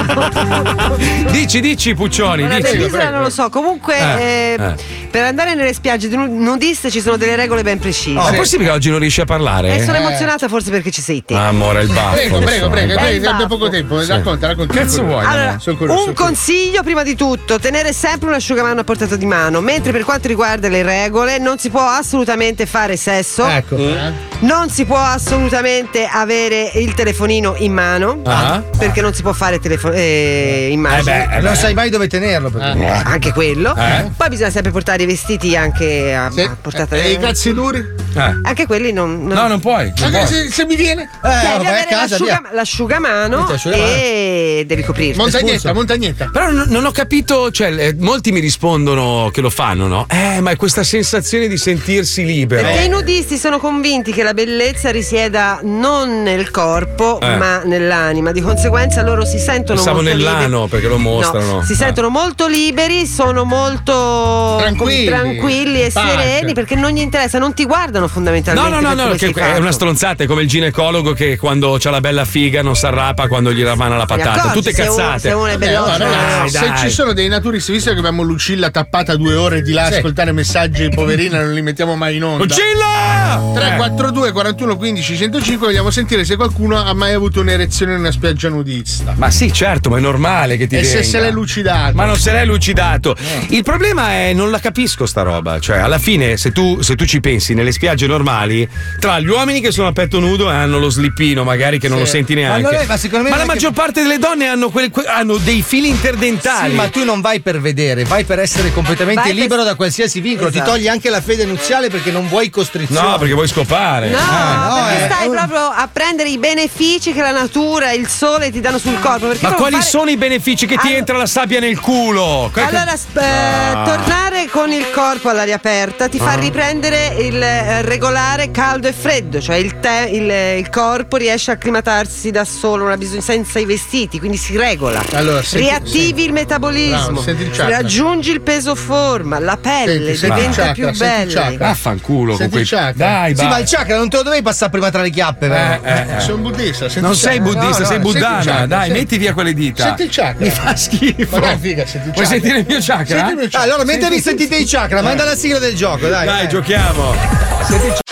Dici, dici, Puccioni, Ora, dici. dell'isola non lo so. Comunque, Eh, eh, eh. per andare nelle spiagge di nu- nudiste ci sono delle regole ben precise. Oh, è possibile che oggi non riesci a parlare? E sono emozionata forse perché ci sei te. Ah, amore, il baffo. Prego, lo prego, so, prego, il baffo. prego, abbiamo poco tempo. Racconta, racconta. Che cazzo vuoi? Allora, Sono curioso, un sono curioso. consiglio prima di tutto, tenere sempre un asciugamano a portata di mano, mentre per quanto riguarda le regole non si può assolutamente fare sesso, Ecco. non si può assolutamente avere il telefonino in mano, Ah. perché non si può fare telefono eh, immagine. Eh beh, eh Non beh. sai mai dove tenerlo. perché- Eh, anche quello. Eh? Poi bisogna sempre portare i vestiti anche a, Sì. a portata E i cazzi duri? Eh. Anche quelli non. non- No, non puoi. non Anche puoi. se, se mi viene? Eh, Devi vabbè, avere a casa, l'asciuga- via. l'asciugamano Metti l'asciugamano. e devi coprirti. Montagnetta, montagnetta. Però non, non ho capito, cioè, eh, molti mi rispondono che lo fanno, no? Eh, ma è questa sensazione di sentirsi libero. Perché i nudisti sono convinti che la bellezza risieda non nel corpo, Eh. ma nell'anima. Di conseguenza loro si sentono Pensavo molto nell'ano, liberi. perché lo mostrano. No, si Eh. sentono molto liberi, sono molto Tranquilli. tranquilli e Pace. sereni perché non gli interessa, non ti guardano No, fondamentalmente. no, no, per no, come che sei è fatto. una stronzata, è come il ginecologo che quando c'ha la bella figa non si arrapa quando gli ravana la Te ne patata. accorgi Tutte se uno- cazzate. se uno è Eh, bello. no, ragazzi, Dai, se dai. ci sono dei naturisti, visto che abbiamo Lucilla tappata due ore di là a Sì. ascoltare messaggi, poverina, non li mettiamo mai in onda. Lucilla! tre quattro due quarantuno quindici centocinque, vogliamo sentire se qualcuno ha mai avuto un'erezione in una spiaggia nudista. Ma sì, certo, ma è normale che ti E se venga. se l'è lucidato. Ma non se l'è lucidato. Il problema è non la capisco sta roba. Cioè, alla fine, se tu, se tu ci pensi, nelle spiagge normali, tra gli uomini che sono a petto nudo e hanno lo slippino, magari che non Sì. lo senti Ma neanche. non è- ma secondo me Ma la non è che- maggior parte delle donne hanno, quel- que- hanno dei fili interdentali. Sì, ma tu non vai per vedere, vai per essere completamente Vai per- libero da qualsiasi vincolo. Esatto. Ti togli anche la fede nuziale perché non vuoi costrizioni. No, perché vuoi scopare. No, no, perché è- stai è un- proprio a prendere i benefici che la natura e il sole ti danno sul corpo. Perché Ma proprio quali fare- sono i benefici che ti Allora- entra la sabbia nel culo? Que- Allora, sp- eh, Ah. tornare con il corpo all'aria aperta ti fa Ah. riprendere il eh, regolare caldo e freddo, cioè il, te- il- il corpo riesce a acclimatarsi da solo, non ha bisogno senza i vestiti, quindi si regola. Allora, senti- Riattivi sì. il metabolismo, Bravo, senti il chakra. raggiungi il peso forma, la pelle Senti, senti il diventa chakra, più senti il bella. chakra. Vaffanculo con Senti quei. il chakra. Dai, Sì, vai. ma il chakra non te lo dovevi passare prima tra le chiappe, vero? Eh, eh, eh. Sono buddista. senti Non il sei chakra. buddista, No, sei no, senti il buddana. chakra, Dai, senti- metti via quelle dita. Senti il chakra. Mi fa schifo. Ma dai, figa, senti il Vuoi chakra. sentire il mio chakra? Senti il mio chakra. Allora, mentre vi Senti- sentite i chakra, manda la sigla del gioco, dai. Dai, giochiamo. Senti il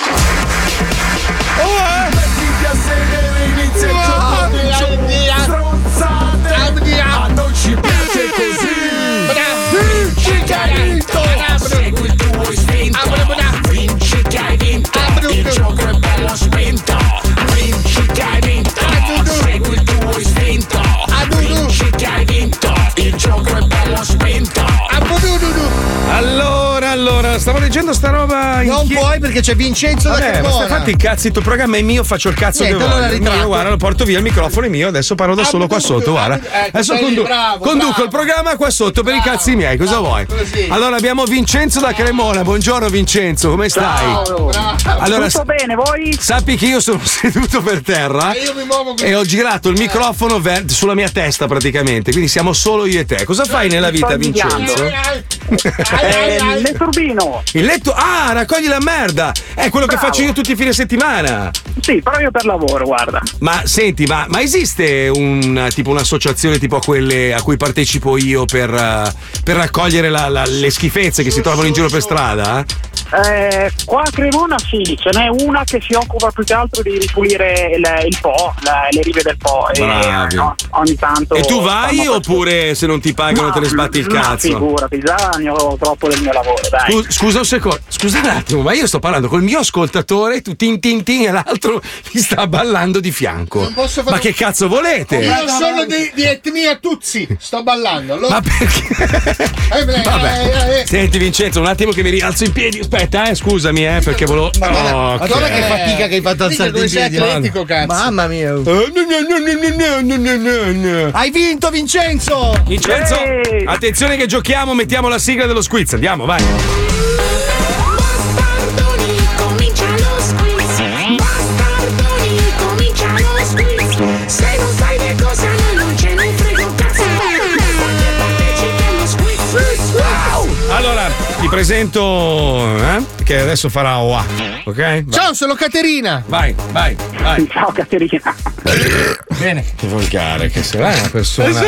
Oh, eh. Mettiti a sedere, inizia il gioco del gioco. Stronzate. A non ci piace così. Vinci che hai vinto. Segui il tuo istinto. Vinci che hai vinto. Il gioco è bello spinto. Vinci che hai vinto. Segui il tuo istinto. Vinci che hai vinto. Il gioco è bello spinto. Allora, allora, stavo leggendo sta roba in Non chie- puoi perché c'è Vincenzo da Vabbè, ma Cremona. stai fatti i cazzi, il tuo programma è mio, faccio il cazzo Niente, che allora voglio. Il ritratto. mio, guarda, lo porto via, il microfono è mio, adesso parlo da solo qua sotto, guarda. ecco, Adesso sei lì, condu- bravo, conduco bravo. il programma qua sotto per i cazzi miei, cosa vuoi? così. Allora abbiamo Vincenzo da Cremona, buongiorno Vincenzo, come stai? Ciao. Allora, Tutto bene, voi? sappi che io sono seduto per terra E io mi muovo così. e ho girato il microfono ver- sulla mia testa praticamente, quindi siamo solo io e te. Cosa fai nella vita, Vincenzo? Eh, il netturbino. Il letto. Ah, raccogli la merda! È quello che Bravo. faccio io tutti i fine settimana. Sì, però io per lavoro, guarda. Ma senti, ma, ma esiste un tipo un'associazione tipo a quelle a cui partecipo io per, uh, per raccogliere la- la- le schifezze che si trovano in giro per strada? Eh, qua a Cremona sì, ce n'è una che si occupa più che altro di ripulire il, il Po, la- le rive del Po. E, Bravi. no, ogni tanto. E tu vai fanno- oppure se non ti pagano No, te ne sbatti il no, cazzo? figurati, già ne ho troppo del mio lavoro, dai. Scu- Scusa un secondo, scusa un attimo, ma io sto parlando col mio ascoltatore, tu tin tin tin e l'altro mi sta ballando di fianco. Non posso fare- Ma che cazzo volete? Io sono di, di etnia Tutsi, sto ballando. Lo- Ma perché? Eh, beh, Vabbè. eh, eh, eh. Senti Vincenzo, un attimo che mi rialzo in piedi. Aspetta, eh, scusami, eh, perché volevo. Madonna, Oh, ok. Madonna che fatica che hai fatto Mica alzarti come in sei piedi. atletico, cazzo. Mamma mia. Eh, no, no, no, no, no, no, no, no. Hai vinto, Vincenzo! Vincenzo, Ehi! attenzione che giochiamo, mettiamo la sigla dello squiz. Andiamo, vai. Bastardoni, comincia lo squiz. Bastardoni, comincia lo squiz. Se non sai le cose a noi non ce ne frega un cazzo. Perché partecipi allo squiz. Wow! Allora, ti presento, eh, che adesso farà O A. Ok? Vai. Ciao, sono Caterina. Vai, vai, vai. Ciao Caterina. Bene. Che volgare che sei una persona.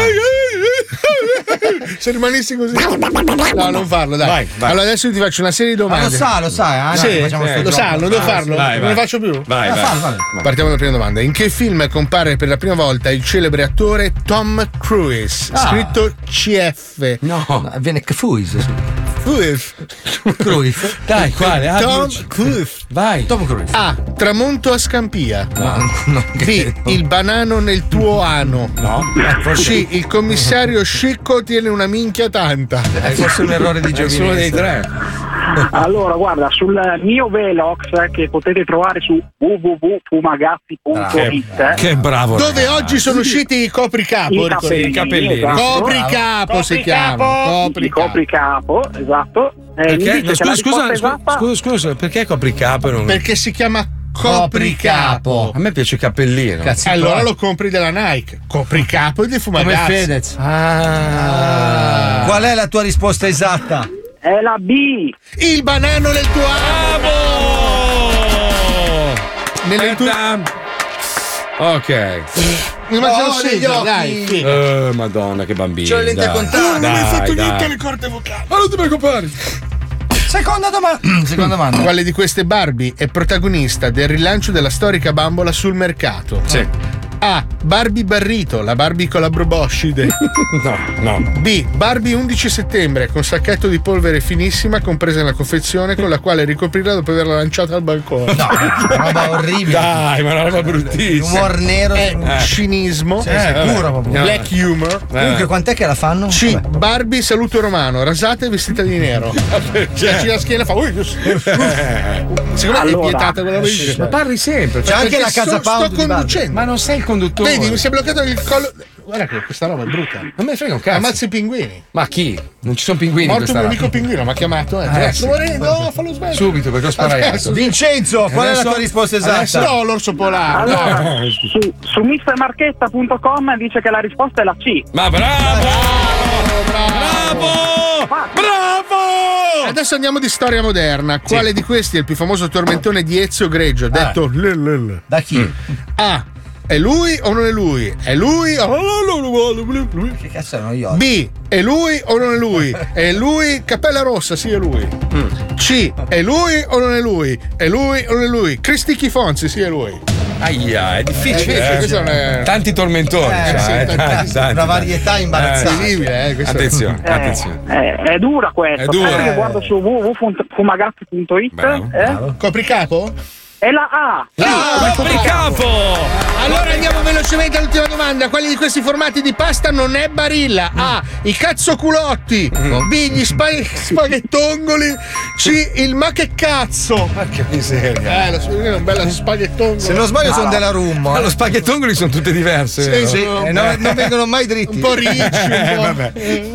Se rimanessi così. No, non farlo, dai. Vai, vai. Allora adesso ti faccio una serie di Ma domande. lo sa, lo sa, eh? Sì, Dai, facciamo eh, sto lo gioco. sa, non devo Ah, farlo. vai, non vai. lo faccio più. Vai, Ah, vai. fallo, fallo. Partiamo dalla prima domanda. In che film compare per la prima volta il celebre attore Tom Cruise? Ah. Scritto C F. No. Viene Cruise. Cruise. Cruise. Dai, quale? Ah, Tom Lucio. Cruise. Vai. Tom Cruise. A. Tramonto a Scampia. No, no, B. Il banano nel tuo ano. No. C. Il commissario Scicco tiene una minchia tanta. È forse un errore di È giovinezza. uno dei tre. Allora, guarda, sul mio Velox eh, che potete trovare su w w w punto fumagazzi punto i t eh, Che bravo. Dove ragazzi. oggi sono usciti i copricapo. I ricordi? capellini, i capellini. esatto. Copricapo si chiama. Il copricapo, esatto. Eh, mi Perché? dice No, che la scusa, scusa, risposta scusa, esatta- scusa, scusa, perché copricapo e non. Perché si chiama copricapo. A me piace il cappellino. Cazzo, Allora poi. lo compri della Nike. Copricapo di Come Fumagazzi. Fedez. Ah. Qual è la tua risposta esatta? È la B. Il banano nel tuo Bravo! Nelle tue... Ok. Mi mangia Oh, lo negli segno, occhi. dai. figa. Eh, madonna, che bambino. C'ho le lenti a dai. contatto. Non mi hai Dai, fatto dai. niente alle corde vocali. Ma non ti preoccupare. Seconda domanda. Seconda domanda. Quale di queste Barbie è protagonista del rilancio della storica bambola sul mercato? Sì. A. Barbie Barrito, la Barbie con la proboscide. No, no. B. Barbie undici settembre con sacchetto di polvere finissima compresa nella confezione con la quale ricoprirà dopo averla lanciata al balcone. No, una roba orribile. Dai, ma è una roba bruttissima. Umor nero. È Eh. cinismo. Sei sicuro proprio? Black humor. Comunque, quant'è che la fanno? C. Vabbè. Barbie saluto romano, rasata e vestita di nero. Cioè, la schiena fa. Ui, secondo me è Allora, vietata quella roba. Ma parli sempre. C'è anche Perché la casa sto- Pound sto di Barbie. conducendo. Ma non sei il conduttore. Vedi, mi si è bloccato il collo. Guarda che questa roba è brutta. Non me ne frega un cazzo. Ammazza i pinguini. Ma chi? Non ci sono pinguini in Morto un questa mio amico radio. pinguino, mi ha chiamato. Eh, Eh, eh, sì. sto morendo, no, fallo smettere. Subito, perché ho sparaiato. Adesso- Vincenzo, qual è la Adesso- tua risposta esatta? Adesso no, l'orso polare. Allora, no. su, su mister marchetta punto com dice che la risposta è la C. Ma bravo! Bravo! Bravo! Adesso andiamo di storia moderna. Quale di questi è il più famoso tormentone di Ezio Greggio? Detto l- l- l. Da chi? A. È lui o non è lui? È lui o Che cazzo sono io? B. È lui o non è lui? È lui, cappella rossa, sì, è lui. C. È lui o non è lui? È lui o non è lui? Cristicchi Fonzi, sì, è lui. Aia, è difficile. Eh, eh. questo non è- Tanti tormentori. Eh, cioè, sì, eh, tanti- tanti, tanti, una tanti. varietà imbarazzante. Incredibile, eh, questo- Attenzione, Eh, attenzione. eh, è dura questa. È dura. Aspetta che guardo su w w w punto fumagazzi punto i t. Bravo, eh? Bravo. Copricapo? È la A. Ah, Copricapo. Allora andiamo velocemente all'ultima domanda. Quali di questi formati di pasta non è Barilla? A. I cazzoculotti. B. Gli spa- spaghettongoli. C. Il ma che cazzo. Ma che miseria. Eh, lo so, è un bel spaghettongolo. Se non sbaglio sono della Rummo. Ma eh. lo spaghettongoli sono tutte diverse. Sì, vero? sì. E non, non vengono mai dritti. Un po' ricci. Eh, Un po'. vabbè.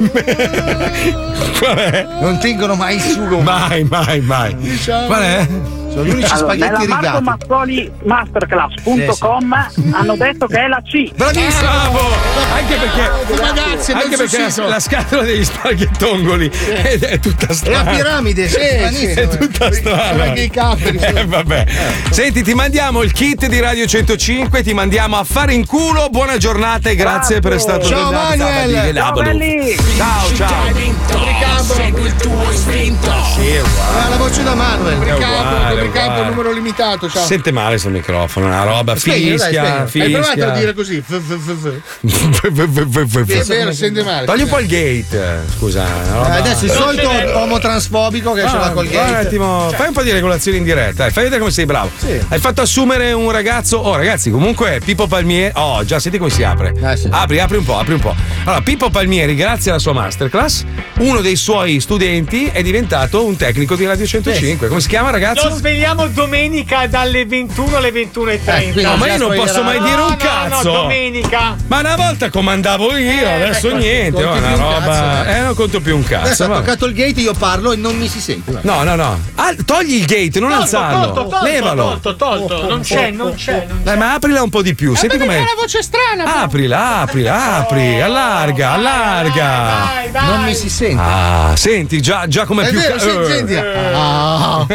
Vabbè. Non tengono mai il sugo. Mai, mai, mai. Diciamo. Qual è? Sono gli unici Allora, spaghetti nella Marco rigati. Mazzoli Masterclass punto com hanno detto che è la C. Bravissimo! Bravo! Anche perché, Ragazzi, anche non perché so la, la scatola degli spaghettongoli è, è tutta È strana. la piramide, sì, sì, È tutta strana. Anche i capperi. Eh, vabbè. Senti, ti mandiamo il kit di Radio centocinque, ti mandiamo a fare in culo. Buona giornata e grazie per essere stato Ciao, Manuel. Ciao belli. Ciao, ciao. Segui il tuo istinto. Ha la voce da Manuel. È Capo, uguale, capo, uguale. numero limitato. Ciao. Sente male sul microfono, una roba Spegni, dai, fischia, spegni. Hai provato a fischia. dire così? V, v, v, v. È vero, sente male. Togli un po' il gate, scusa. una roba- Eh, Adesso il solito omotransfobico che ce l'ha col guarda un gate. attimo, fai un po' di regolazioni in diretta, dai, fai vedere come sei bravo. Hai fatto assumere un ragazzo. Oh, ragazzi, comunque Pippo Palmieri. Oh, già senti come si apre. Eh, sì. Apri, apri un po', apri un po'. Allora, Pippo Palmieri, grazie alla sua masterclass, uno dei suoi studenti è diventato un tecnico di Radio centocinque. Come si chiama, ragazzo? Lo svegliamo domenica dalle ventuno alle ventuno e trenta. No, ma io non posso mai dire un No, cazzo. No, domenica. Ma una volta comandavo io, adesso ecco, niente. conti Oh, una più un roba. cazzo, Eh, non conto più un Adesso cazzo. ha vabbè. toccato il gate, io parlo e non mi si sente. guarda. No, no, no. Ah, togli il gate, non Tolto, alzarlo. tolto, tolto, Levalo. tolto, tolto. Non c'è, non c'è. non c'è. Dai, ma aprila un po' di più. Senti com'è. la voce strana. Aprila, aprila, apri, allarga, allarga. Dai, dai. Non mi si sente. Ah, senti, già, già come È più. vero, senti, eh. senti. Ah.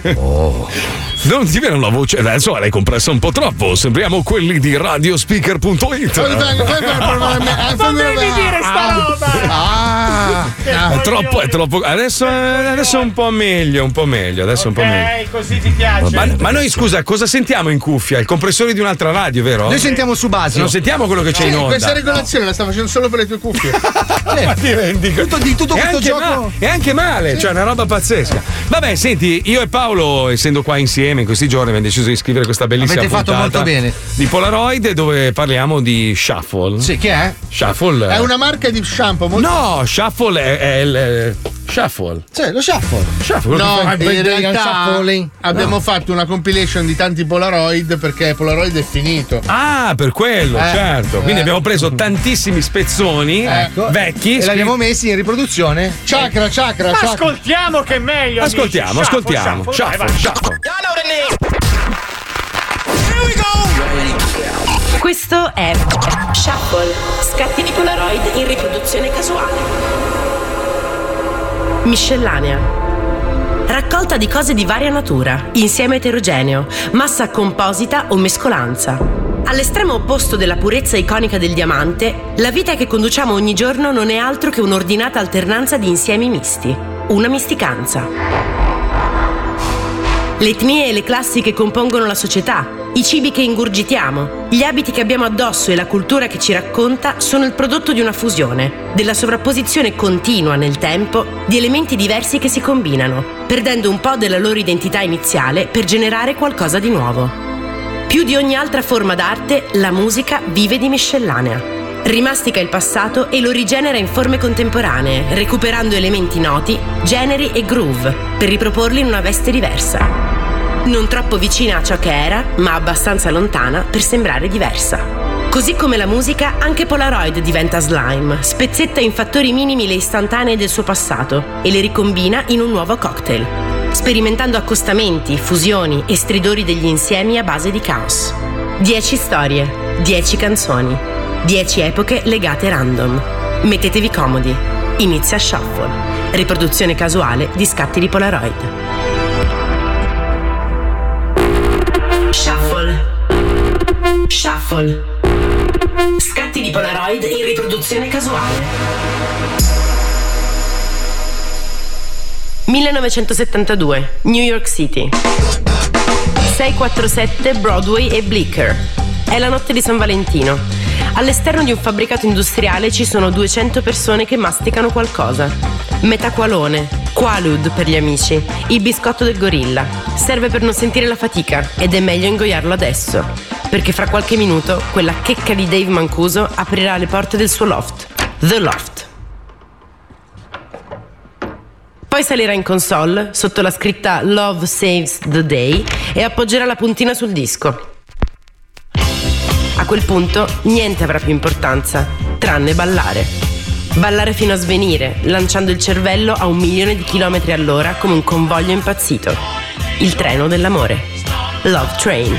Non ti viene la voce. Adesso l'hai compressa un po' troppo. Sembriamo quelli di radiospeaker punto it. Fai- fai- fai- fai provare a me- ah, Non fammi devi provare. dire sta roba. Ah. È troppo, è troppo. Adesso, adesso è un po' meglio, un po' meglio. Adesso è un po' meglio. Ok, così ti piace. Ma, ma noi scusa, cosa sentiamo in cuffia? Il compressore di un'altra radio, vero? Noi sentiamo su base. Non sentiamo quello che c'è Sì, in onda. questa regolazione la sta facendo solo per le tue cuffie. Ma ti rendi conto? Tutto- di tutto È questo anche gioco. ma- è anche male, cioè una roba pazzesca. Vabbè, senti, io e Paolo, essendo qua insieme in questi giorni, abbiamo deciso di scrivere questa bellissima Avete fatto puntata molto bene. di Polaroid, dove parliamo di Shuffle. Sì, che è? Shuffle. È una marca di shampoo molto. No, Shuffle è, è il. Shuffle. Sì, lo shuffle. Shuffle. No, Ah, in beh, realtà shuffling. abbiamo fatto una compilation di tanti Polaroid perché Polaroid è finito. Ah, per quello, Eh, certo. Quindi eh. abbiamo preso tantissimi spezzoni Ecco. vecchi. E li abbiamo messi in riproduzione. Chakra, chakra, Ma chakra. ascoltiamo che è meglio. amici. Ascoltiamo, Shuffle, ascoltiamo. shuffle, vai, vai. Shuffle, shuffle. Questo è Shuffle, scatti di Polaroid in riproduzione casuale. Miscellanea. Raccolta di cose di varia natura, insieme eterogeneo, massa composita o mescolanza. All'estremo opposto della purezza iconica del diamante, la vita che conduciamo ogni giorno non è altro che un'ordinata alternanza di insiemi misti, una misticanza. Le etnie e le classi che compongono la società, i cibi che ingurgitiamo, gli abiti che abbiamo addosso e la cultura che ci racconta sono il prodotto di una fusione, della sovrapposizione continua nel tempo di elementi diversi che si combinano, perdendo un po' della loro identità iniziale per generare qualcosa di nuovo. Più di ogni altra forma d'arte, la musica vive di miscellanea. Rimastica il passato e lo rigenera in forme contemporanee, recuperando elementi noti, generi e groove, per riproporli in una veste diversa. Non troppo vicina a ciò che era, ma abbastanza lontana per sembrare diversa. Così come la musica, anche Polaroid diventa slime, spezzetta in fattori minimi le istantanee del suo passato e le ricombina in un nuovo cocktail, sperimentando accostamenti, fusioni e stridori degli insiemi a base di caos. Dieci storie, dieci canzoni, dieci epoche legate random. Mettetevi comodi. Inizia Shuffle, riproduzione casuale di scatti di Polaroid. Shuffle. Shuffle. Scatti di Polaroid in riproduzione casuale. millenovecentosettantadue, New York City. seicentoquarantasette Broadway e Bleecker. È la notte di San Valentino. All'esterno di un fabbricato industriale ci sono duecento persone che masticano qualcosa. Metaqualone, Qualud per gli amici, il biscotto del gorilla. Serve per non sentire la fatica ed è meglio ingoiarlo adesso, perché fra qualche minuto quella checca di Dave Mancuso aprirà le porte del suo loft, The Loft. Poi salirà in console sotto la scritta Love Saves the Day e appoggerà la puntina sul disco. A quel punto niente avrà più importanza, tranne ballare. Ballare fino a svenire, lanciando il cervello a un milione di chilometri all'ora come un convoglio impazzito. Il treno dell'amore. Love Train.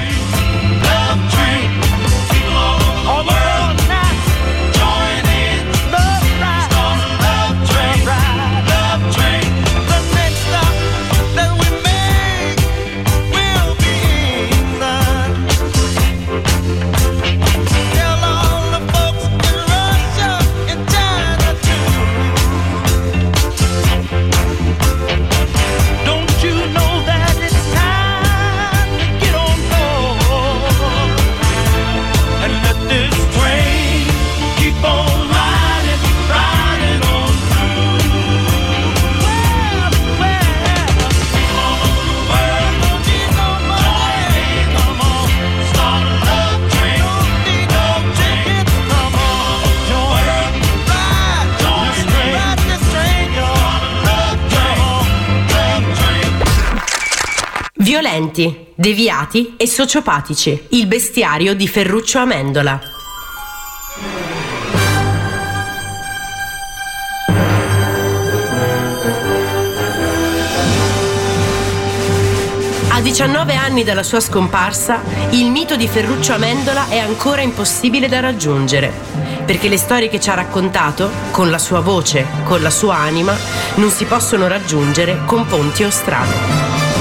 Violenti, deviati e sociopatici. Il bestiario di Ferruccio Amendola. A diciannove anni dalla sua scomparsa, il mito di Ferruccio Amendola è ancora impossibile da raggiungere, perché le storie che ci ha raccontato, con la sua voce, con la sua anima, non si possono raggiungere con ponti o strade.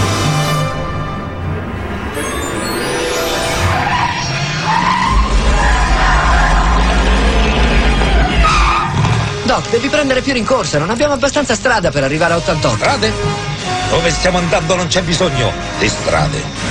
Doc, devi prendere più rincorsa, non abbiamo abbastanza strada per arrivare a ottantotto. Strade? Dove stiamo andando non c'è bisogno di strade.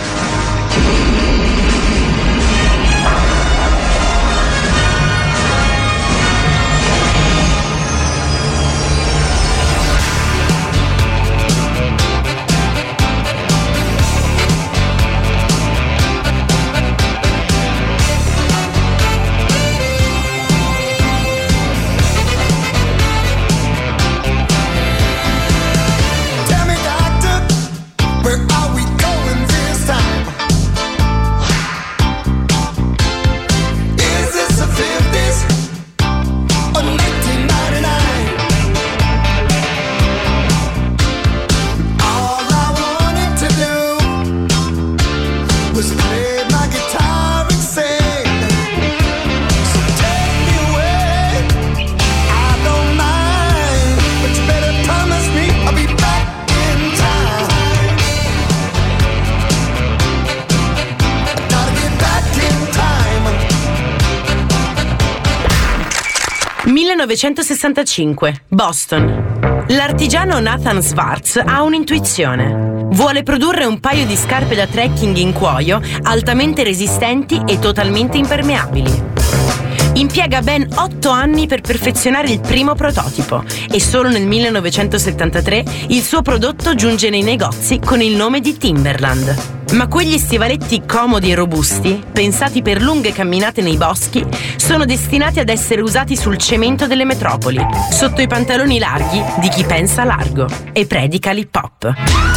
millenovecentosessantacinque, Boston. L'artigiano Nathan Swartz ha un'intuizione. Vuole produrre un paio di scarpe da trekking in cuoio altamente resistenti e totalmente impermeabili. Impiega ben otto anni per perfezionare il primo prototipo e solo nel millenovecentosettantatré il suo prodotto giunge nei negozi con il nome di Timberland. Ma quegli stivaletti comodi e robusti, pensati per lunghe camminate nei boschi, sono destinati ad essere usati sul cemento delle metropoli, sotto i pantaloni larghi di chi pensa largo e predica l'hip hop.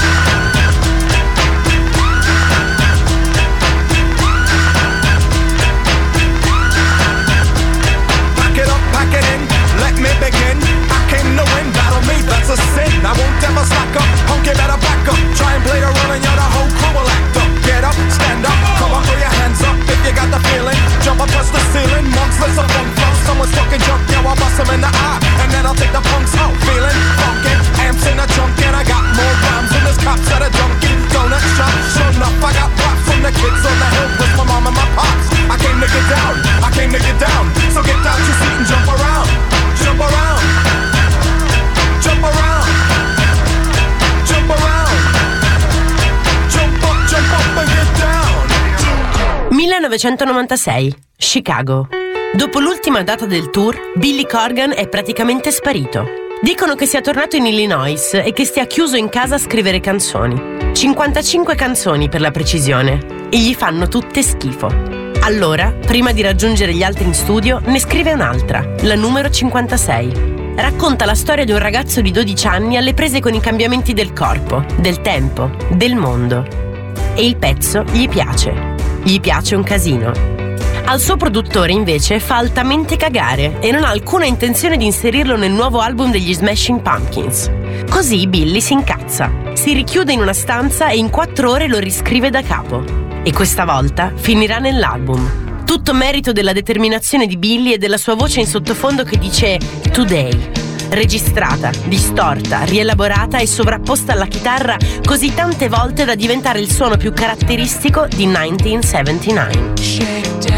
That's a sin, I won't ever slack up. Punk, you better back up. Try and play the role and you're the whole crew will act up. Get up, stand up, come on, throw your hands up if you got the feeling. Jump up, touch the ceiling, monks, let's up on flow. Someone's talking junk, yeah, I'll bust them in the eye. And then I'll take the punks out, feeling funky. Amps in the trunk and I got more rhymes than this cops at a junkie. Donut shop, sure enough, I got props from the kids on the hill with my mom and my pops. I came to get down, I came to get down. So get out your seat and jump around, jump around. Jump around, jump around, jump up, jump up and get down. millenovecentonovantasei, Chicago. Dopo l'ultima data del tour, Billy Corgan è praticamente sparito. Dicono che sia tornato in Illinois e che stia chiuso in casa a scrivere canzoni. cinquantacinque canzoni per la precisione, e gli fanno tutte schifo. Allora, prima di raggiungere gli altri in studio, ne scrive un'altra, la numero cinquantasei. Racconta la storia di un ragazzo di dodici anni alle prese con i cambiamenti del corpo, del tempo, del mondo. E il pezzo gli piace. Gli piace un casino. Al suo produttore invece fa altamente cagare e non ha alcuna intenzione di inserirlo nel nuovo album degli Smashing Pumpkins. Così Billy si incazza, si richiude in una stanza e in quattro ore lo riscrive da capo. E questa volta finirà nell'album. Tutto merito della determinazione di Billy e della sua voce in sottofondo che dice Today, registrata, distorta, rielaborata e sovrapposta alla chitarra così tante volte da diventare il suono più caratteristico di millenovecentosettantanove.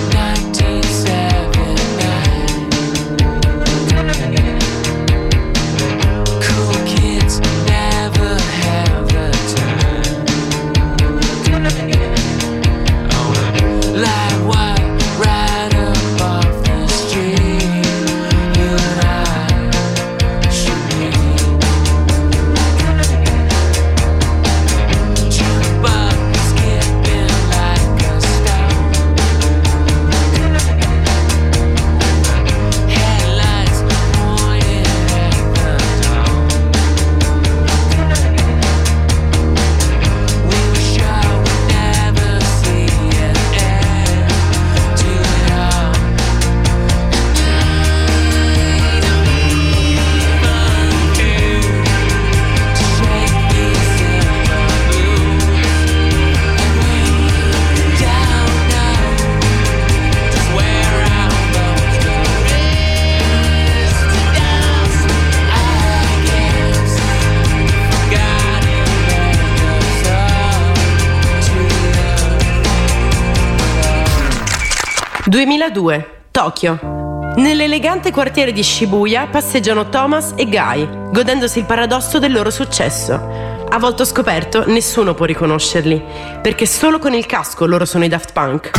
duemiladue, Tokyo. Nell'elegante quartiere di Shibuya passeggiano Thomas e Guy, godendosi il paradosso del loro successo. A volto scoperto, nessuno può riconoscerli, perché solo con il casco loro sono i Daft Punk.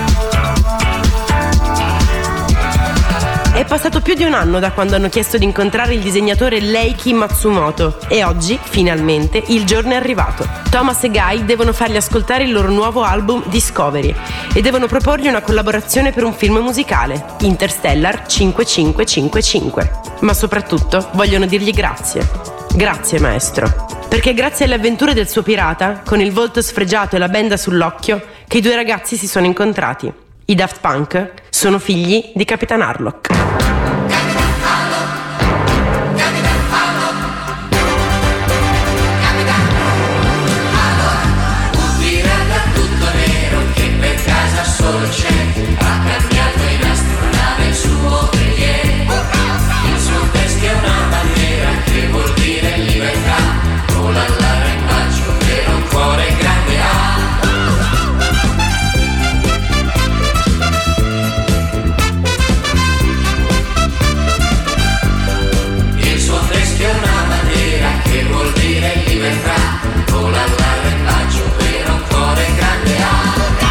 È passato più di un anno da quando hanno chiesto di incontrare il disegnatore Leiki Matsumoto e oggi, finalmente, il giorno è arrivato. Thomas e Guy devono fargli ascoltare il loro nuovo album Discovery e devono proporgli una collaborazione per un film musicale, Interstellar cinquemilacinquecento cinquantacinque. Ma soprattutto vogliono dirgli grazie. Grazie, maestro. Perché è grazie alle avventure del suo pirata, con il volto sfregiato e la benda sull'occhio, che i due ragazzi si sono incontrati. I Daft Punk sono figli di Capitan Harlock. Solo c'è, ha cambiato in astronave il suo velier. Il suo teschio è una bandiera che vuol dire libertà, con l'allare in bacio per un cuore grande ha. Il suo teschio è una bandiera che vuol dire libertà, con l'allare in bacio per un cuore grande ha.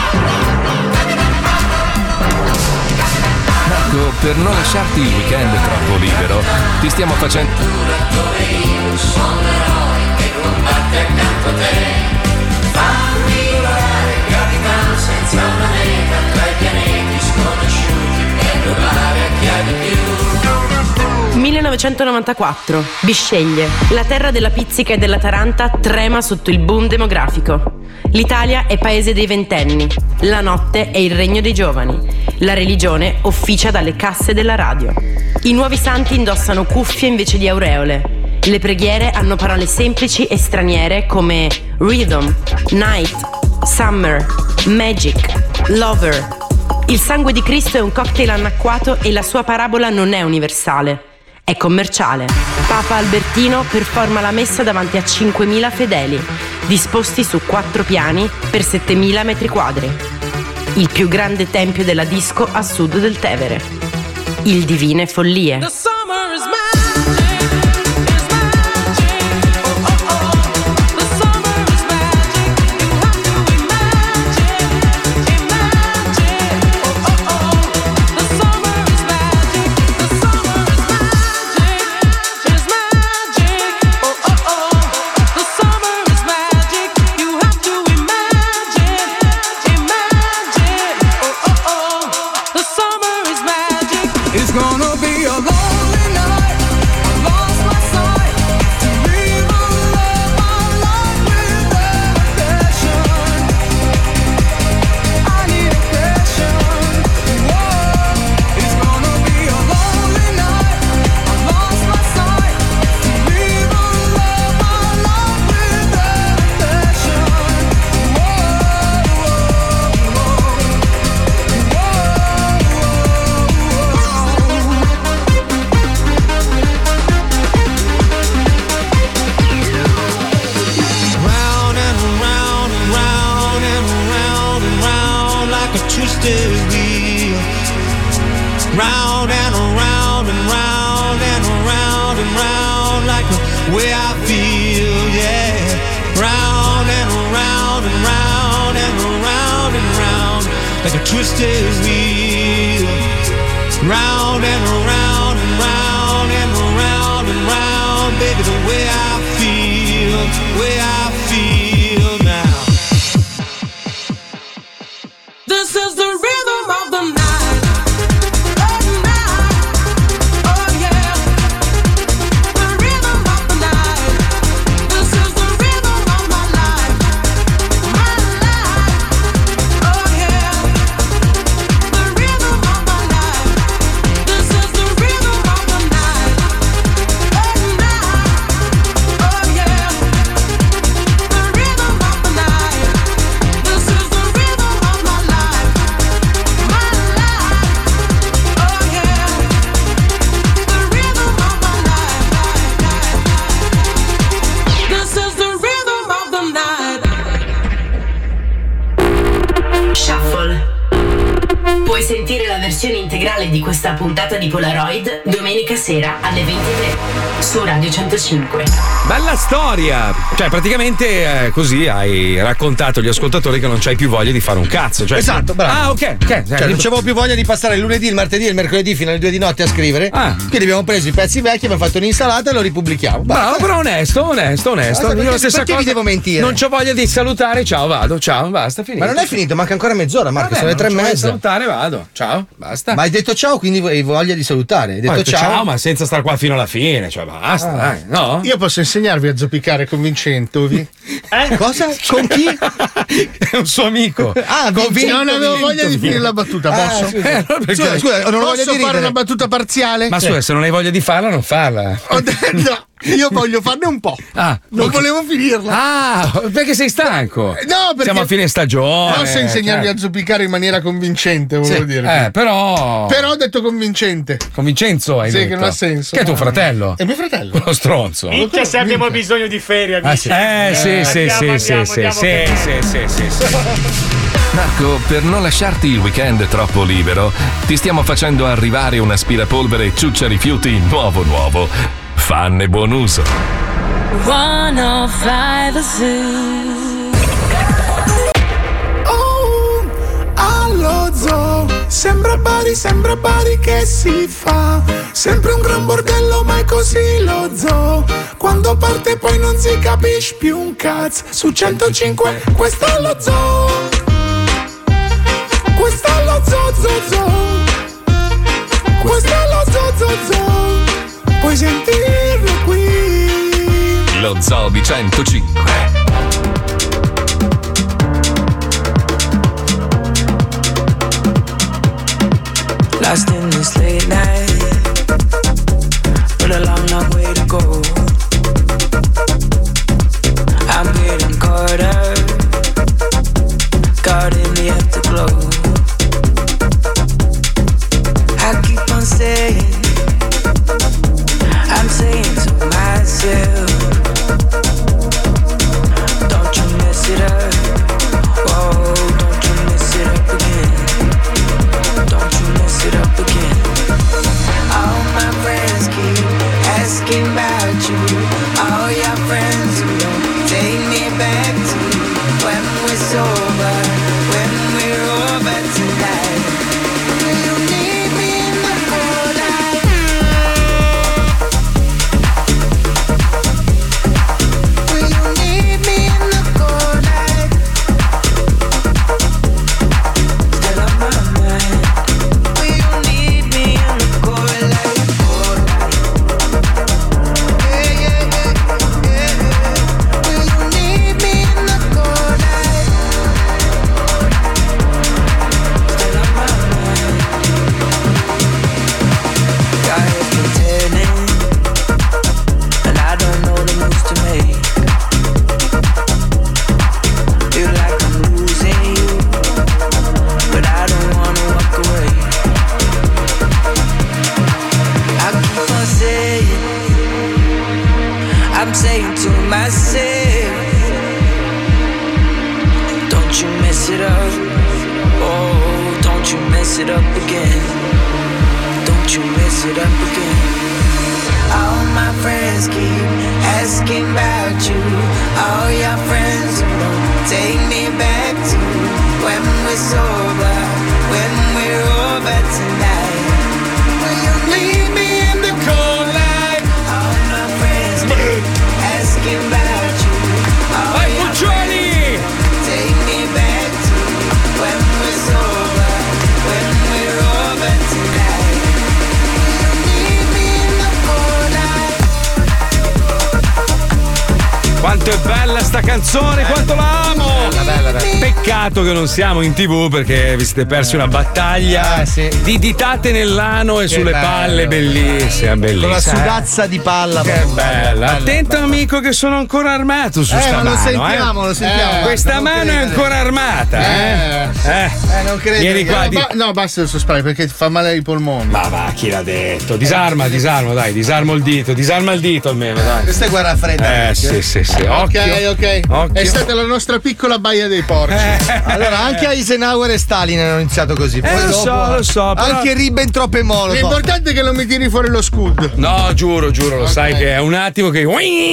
Per non lasciarti il weekend troppo libero, ti stiamo facendo. Io sono l'eroe che combatte accanto a te. Fammi volare, capitano, senza una meta, tra i pianeti sconosciuti, per urlare a chi ha di più. millenovecentonovantaquattro, Bisceglie. La terra della pizzica e della taranta trema sotto il boom demografico. L'Italia è paese dei ventenni, la notte è il regno dei giovani, la religione officia dalle casse della radio. I nuovi santi indossano cuffie invece di aureole. Le preghiere hanno parole semplici e straniere come rhythm, night, summer, magic, lover. Il sangue di Cristo è un cocktail annacquato e la sua parabola non è universale, è commerciale. Papa Albertino performa la messa davanti a cinquemila fedeli, disposti su quattro piani per settemila metri quadri. Il più grande tempio della disco a sud del Tevere. Il Divine Follie. round and around and round and around and round like the way I feel, yeah. Round and around and round and around and round like a twisted wheel. Round and around and round and around and round, baby, the way I feel, way I feel now. This is the rhythm of the night. Puoi sentire la versione integrale di questa puntata di Polaroid domenica sera alle ventitré su Radio centocinque. Bella storia! Cioè, praticamente eh, così hai raccontato agli ascoltatori che non c'hai più voglia di fare un cazzo. Cioè, esatto, bravo. Ah, ok, ok. Cioè, non c'avevo più voglia di passare il lunedì, il martedì e il mercoledì fino alle due di notte a scrivere. Ah. Quindi abbiamo preso i pezzi vecchi, abbiamo fatto un'insalata e lo ripubblichiamo. Bravo, però onesto, onesto, onesto. Basta, Io la stessa perché cosa. vi devo mentire? Non c'ho voglia di salutare, ciao, vado, ciao, basta, finito. Ma non è finito, manca ancora mezz'ora, Marco, Vabbè, sono le tre e non c'ho voglia di mezza. salutare, vado, ciao, basta. Ma hai detto ciao, quindi hai voglia di salutare. Hai detto, Ho detto ciao. ciao, ma senza star qua fino alla fine, cioè basta, Ah. dai, no? Io posso insegnarvi a zoppicare con Vincentovi? Eh? Cosa? Con chi? È un suo amico. Ah, Vincenzo, non avevo voglia di finire la battuta, Ah, posso? scusa. Eh, no, perché- Scusa, scusa, non ho voglia Posso di fare ridere. una battuta parziale? Ma scusa, se non hai voglia di farla, non farla. Ho detto, io voglio farne un po'. Ah, non ok. volevo finirla. Ah, perché sei stanco? No, perché Siamo a fine stagione. posso insegnarvi cioè. a zoppicare in maniera convincente, volevo Sì, dire. eh, però. Però ho detto convincente. Con Vincenzo hai Sì, detto. che non ha senso. Che è tuo fratello? È mio fratello. Quello stronzo. Minchia se abbiamo bisogno di ferie, Ah, amici. sì. Eh, sì, sì, andiamo, sì, andiamo, sì, andiamo, sì, andiamo. sì, sì, sì, sì. Marco, per non lasciarti il weekend troppo libero, ti stiamo facendo arrivare un aspirapolvere ciuccia rifiuti nuovo nuovo. Fanne buon uso. centocinque Zoo. Oh, allo zoo, sembra Bari, sembra Bari che si fa. Sempre un gran bordello, ma è così lo zoo. Quando parte poi non si capisce più un cazzo. Su centocinque, questo è lo zoo. Questo è lo zoo, zoo, zoo. Questo è lo zoo, zoo, zoo. Puoi sentirlo qui. Lo Zoo di centocinque. Lost in this late night, but a long, long way to go. I'm getting caught up, caught in the afterglow. I keep on saying, I'm saying to myself, don't you mess it up, oh, don't you mess it up again. Don't you mess it up again. All my friends keep asking about you. All your friends who don't take me back to when we're sober, when we're over tonight. Will you need me in the cold light? Will you need me in the cold light? Still on my mind. Will you need me in the cold light? Cold light. Yeah, yeah, yeah, yeah. Will you need me in the cold light? Still on my mind. Your head's been turning, and I don't know the moves to make. Feel like I'm losing you, but I don't wanna walk away. I keep on saying, I'm saying to myself, don't you mess it up, oh, don't you mess it up again. mess it up again. All my friends keep asking about you. All your friends won't take me back to when we're sober, when we're over tonight. Will you leave me in the cold light? All my friends keep asking about you. All your friends take me back to when we're sober, when we're over tonight. Will you leave me in the cold light? Quanto è bella sta canzone, quanto la amo! Bella, bella, bella. Peccato che non siamo in tv perché vi siete persi una battaglia Ah, sì. di ditate nell'ano e Che sulle bello. palle, bellissima, bellissima. Con la sudazza di palla. Che proprio. bella. Attento amico che sono ancora armato su Eh, sta ma lo mano. sentiamo, eh. lo sentiamo. Eh, Questa Non mano è credere. ancora armata, eh? Eh, Eh, non credo. Vieni qua, No, di- ba- no, basta il suo spray perché fa male ai polmoni. Ma va, chi l'ha detto? Disarma, disarma, dai, disarma il dito, disarma il dito almeno, dai. Questa è guerra fredda. Eh, sì, sì, sì. Occhio. Ok, ok. Occhio. È stata la nostra piccola baia dei porci. Allora, anche Eisenhower e Stalin hanno iniziato così. Poi Eh, lo dopo, so, lo so, però- Anche Ribbentrop e Molotov. L'importante è che non mi tiri fuori lo scud. No, giuro, giuro, lo sai che è un attimo che.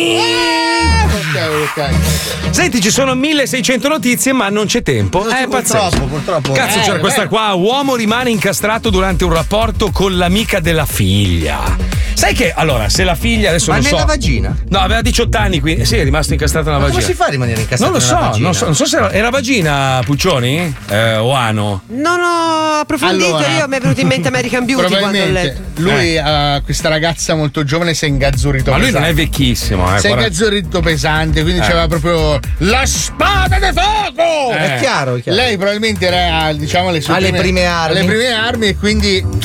Ok, ok. Senti, ci sono milleseicento notizie, ma non c'è tempo. È pazzesco. Purtroppo, purtroppo. Cazzo, Eh, c'era questa eh. qua. Uomo rimane incastrato durante un rapporto con l'amica della figlia. Sai che, allora, se la figlia adesso Ma non nella so. vagina? No, aveva diciotto anni, quindi. Sì, è rimasto incastrato nella Ma vagina. come si fa a rimanere incastrato Non lo nella so, vagina? non so, non so se era, era vagina Puccioni eh, o ano. Non ho approfondito, Allora, io mi è venuto in mente American Beauty quando ho letto. Probabilmente lui, eh, questa ragazza molto giovane, si è ingazzurrito Ma lui non pesante. è vecchissimo, eh. Si è quaranta ingazzurito pesante, quindi Eh. c'aveva proprio la spada di fuoco! Eh. È chiaro, è chiaro. Lei probabilmente era, diciamo, alle sue Alle prime armi. alle prime armi e quindi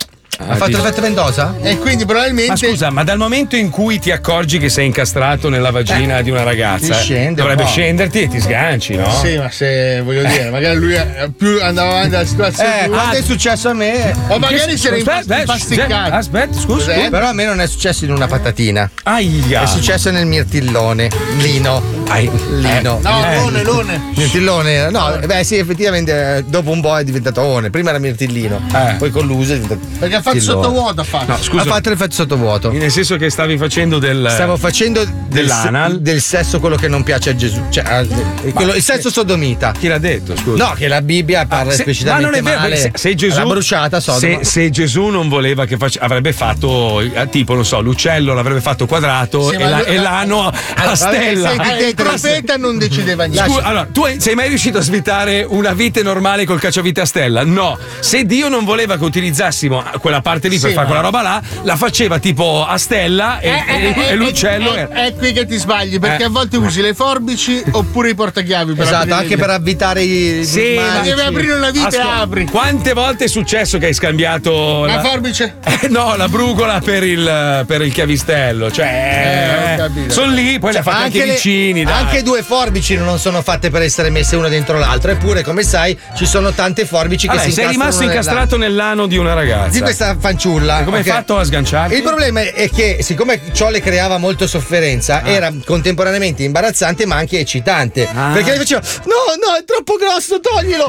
Ha fatto l'effetto ventosa? e quindi probabilmente Ma scusa, ma dal momento in cui ti accorgi che sei incastrato nella vagina di una ragazza, ti scende un dovrebbe po'. scenderti e ti sganci, no? Sì, ma se voglio dire, magari lui eh, più andava avanti dalla situazione. Eh, più- quando è successo a me. o magari si era Aspetta, impas- aspetta, impasticcato. aspetta, scusa, Cos'è? scusa. Però a me non è successo in una patatina. Aia. È successo nel mirtillone. Lino. Ai- Lino. No, Eh. lone, lone. Mirtillone, no, beh sì, effettivamente eh, dopo un po' è diventato one. Prima era mirtillino, Eh. poi con l'uso è diventato. Perché ha fatto mirtillone. sottovuoto ha fatto. No, scusa. Ha fatto l'effetto sottovuoto. Nel senso che stavi facendo del. Stavo facendo del, dell'anal? del sesso quello che non piace a Gesù, cioè eh, quello- il sesso sodomita. Chi l'ha detto, scusa? No, che la Bibbia parla Se- esplicitamente ma non è vero, male. perché se, se Gesù l'ha bruciata Sodoma. se, se Gesù non voleva che face, avrebbe fatto eh, tipo non so l'uccello l'avrebbe fatto quadrato Sì, e, ma la- lui- e l'ano a, a stella. Eh, senti, il profeta non decideva niente. Scusa, allora, tu hai- sei mai riuscito a svitare una vite normale col cacciavite a stella? No. Se Dio non voleva che utilizzassimo quella parte lì per Sì, fare ma- quella roba là, la faceva tipo a stella e, Eh, e- eh, e eh, l'uccello eh, era. È qui che ti sbagli perché Eh. a volte usi le forbici oppure i portachiavi per Esatto, aprire anche le- per avvitare i Sì, manici. ma devi aprire una vite e Ascolta, apri. Quante volte è successo che hai scambiato La la, forbice? Eh, no, la brugola per il, per il chiavistello? Cioè, Eh, ho capito. sono lì, poi le ha fatte anche, i le- vicini. dai. anche due forbici non sono fatte per essere messe una dentro l'altra, eppure, come sai, ci sono tante forbici che Vabbè, si sei incastrano rimasto una incastrato nell'ano di una ragazza. di questa fanciulla. E come hai ok? fatto a sganciarti? Il problema è che, siccome ciò le creava molto sofferenza, Ah. era contemporaneamente imbarazzante ma anche eccitante. Ah. Perché lei faceva: no, no, è troppo grosso, toglilo!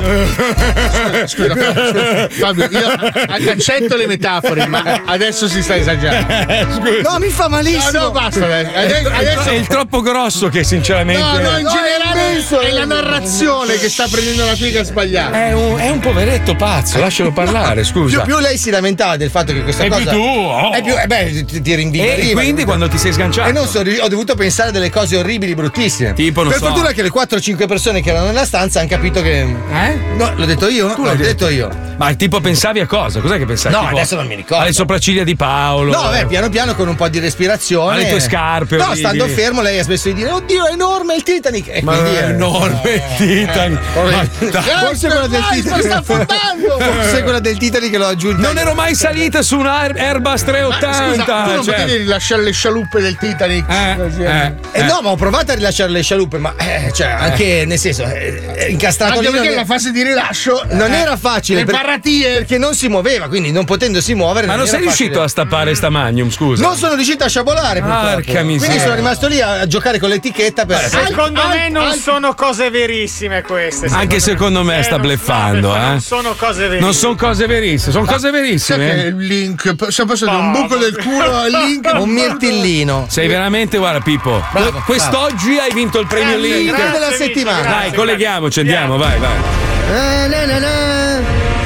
Scusa, scusa, Fabio, io accetto le metafore, ma adesso si sta esagerando. Scusa. No, mi fa malissimo! No, no, basta. Adesso, È, adesso- il troppo grosso che sinceramente. no, no, in No, è generale immenso. è la narrazione che sta prendendo la piega sbagliata. È un, è un poveretto pazzo, lascialo parlare, scusa. Più, più lei si lamentava del fatto che questa E più cosa. tu, oh. È più, eh beh, ti, ti rinvigoriva. E quindi quando ti sei sganciato? E non so, ho dovuto pensare a delle cose orribili, bruttissime. Tipo, non per so. fortuna che le quattro o cinque persone che erano nella stanza hanno capito che. Eh? No, l'ho detto io? Tu L'ho l'hai detto io. Ma tipo pensavi a cosa? Cos'è che pensavi? No, Tipo adesso non mi ricordo. Alle sopracciglia di Paolo. No, beh, piano piano con un po' di respirazione. Alle tue scarpe No, orribili. stando fermo, lei ha smesso di dire: oddio, è enorme il Titanic. E Ma quindi è enorme il Titanic. Ma dai. Forse quella del Iceberg sta Titanic. affondando! Forse quella del Titanic che l'ho aggiunta. Non ero mai salita su un Air- Airbus Ma trecentottanta. scusa, tu non cioè. potevi rilasciare le scialuppe del Titanic? Eh, Così, eh. Eh, no, ma ho provato a rilasciare le scialuppe, ma eh, cioè, anche nel senso, eh, incastrato Anche lì. perché non, la fase di rilascio non eh, era facile. le per- paratie. Perché non si muoveva, quindi non potendosi muovere. Ma non sei era riuscito facile. a stappare sta Magnum, scusa? Non sono riuscito a sciabolare, purtroppo. Porca miseria. Quindi sono rimasto lì a, a giocare con l'etichetta sta per. Secondo Al- me non al- sono cose verissime queste. Anche secondo me sta non- bleffando, no, eh. Non sono cose verissime. Non sono cose verissime, sono cose Sai che verissime. il link, se posso dire un buco del culo al link. Un mirtillino. Sei veramente, guarda Pippo, Bravo, quest'oggi hai vinto il premio Grazie, Link. grazie, della settimana. Dai, grazie, colleghiamoci, andiamo, vai, vai. Eh, na, na, na.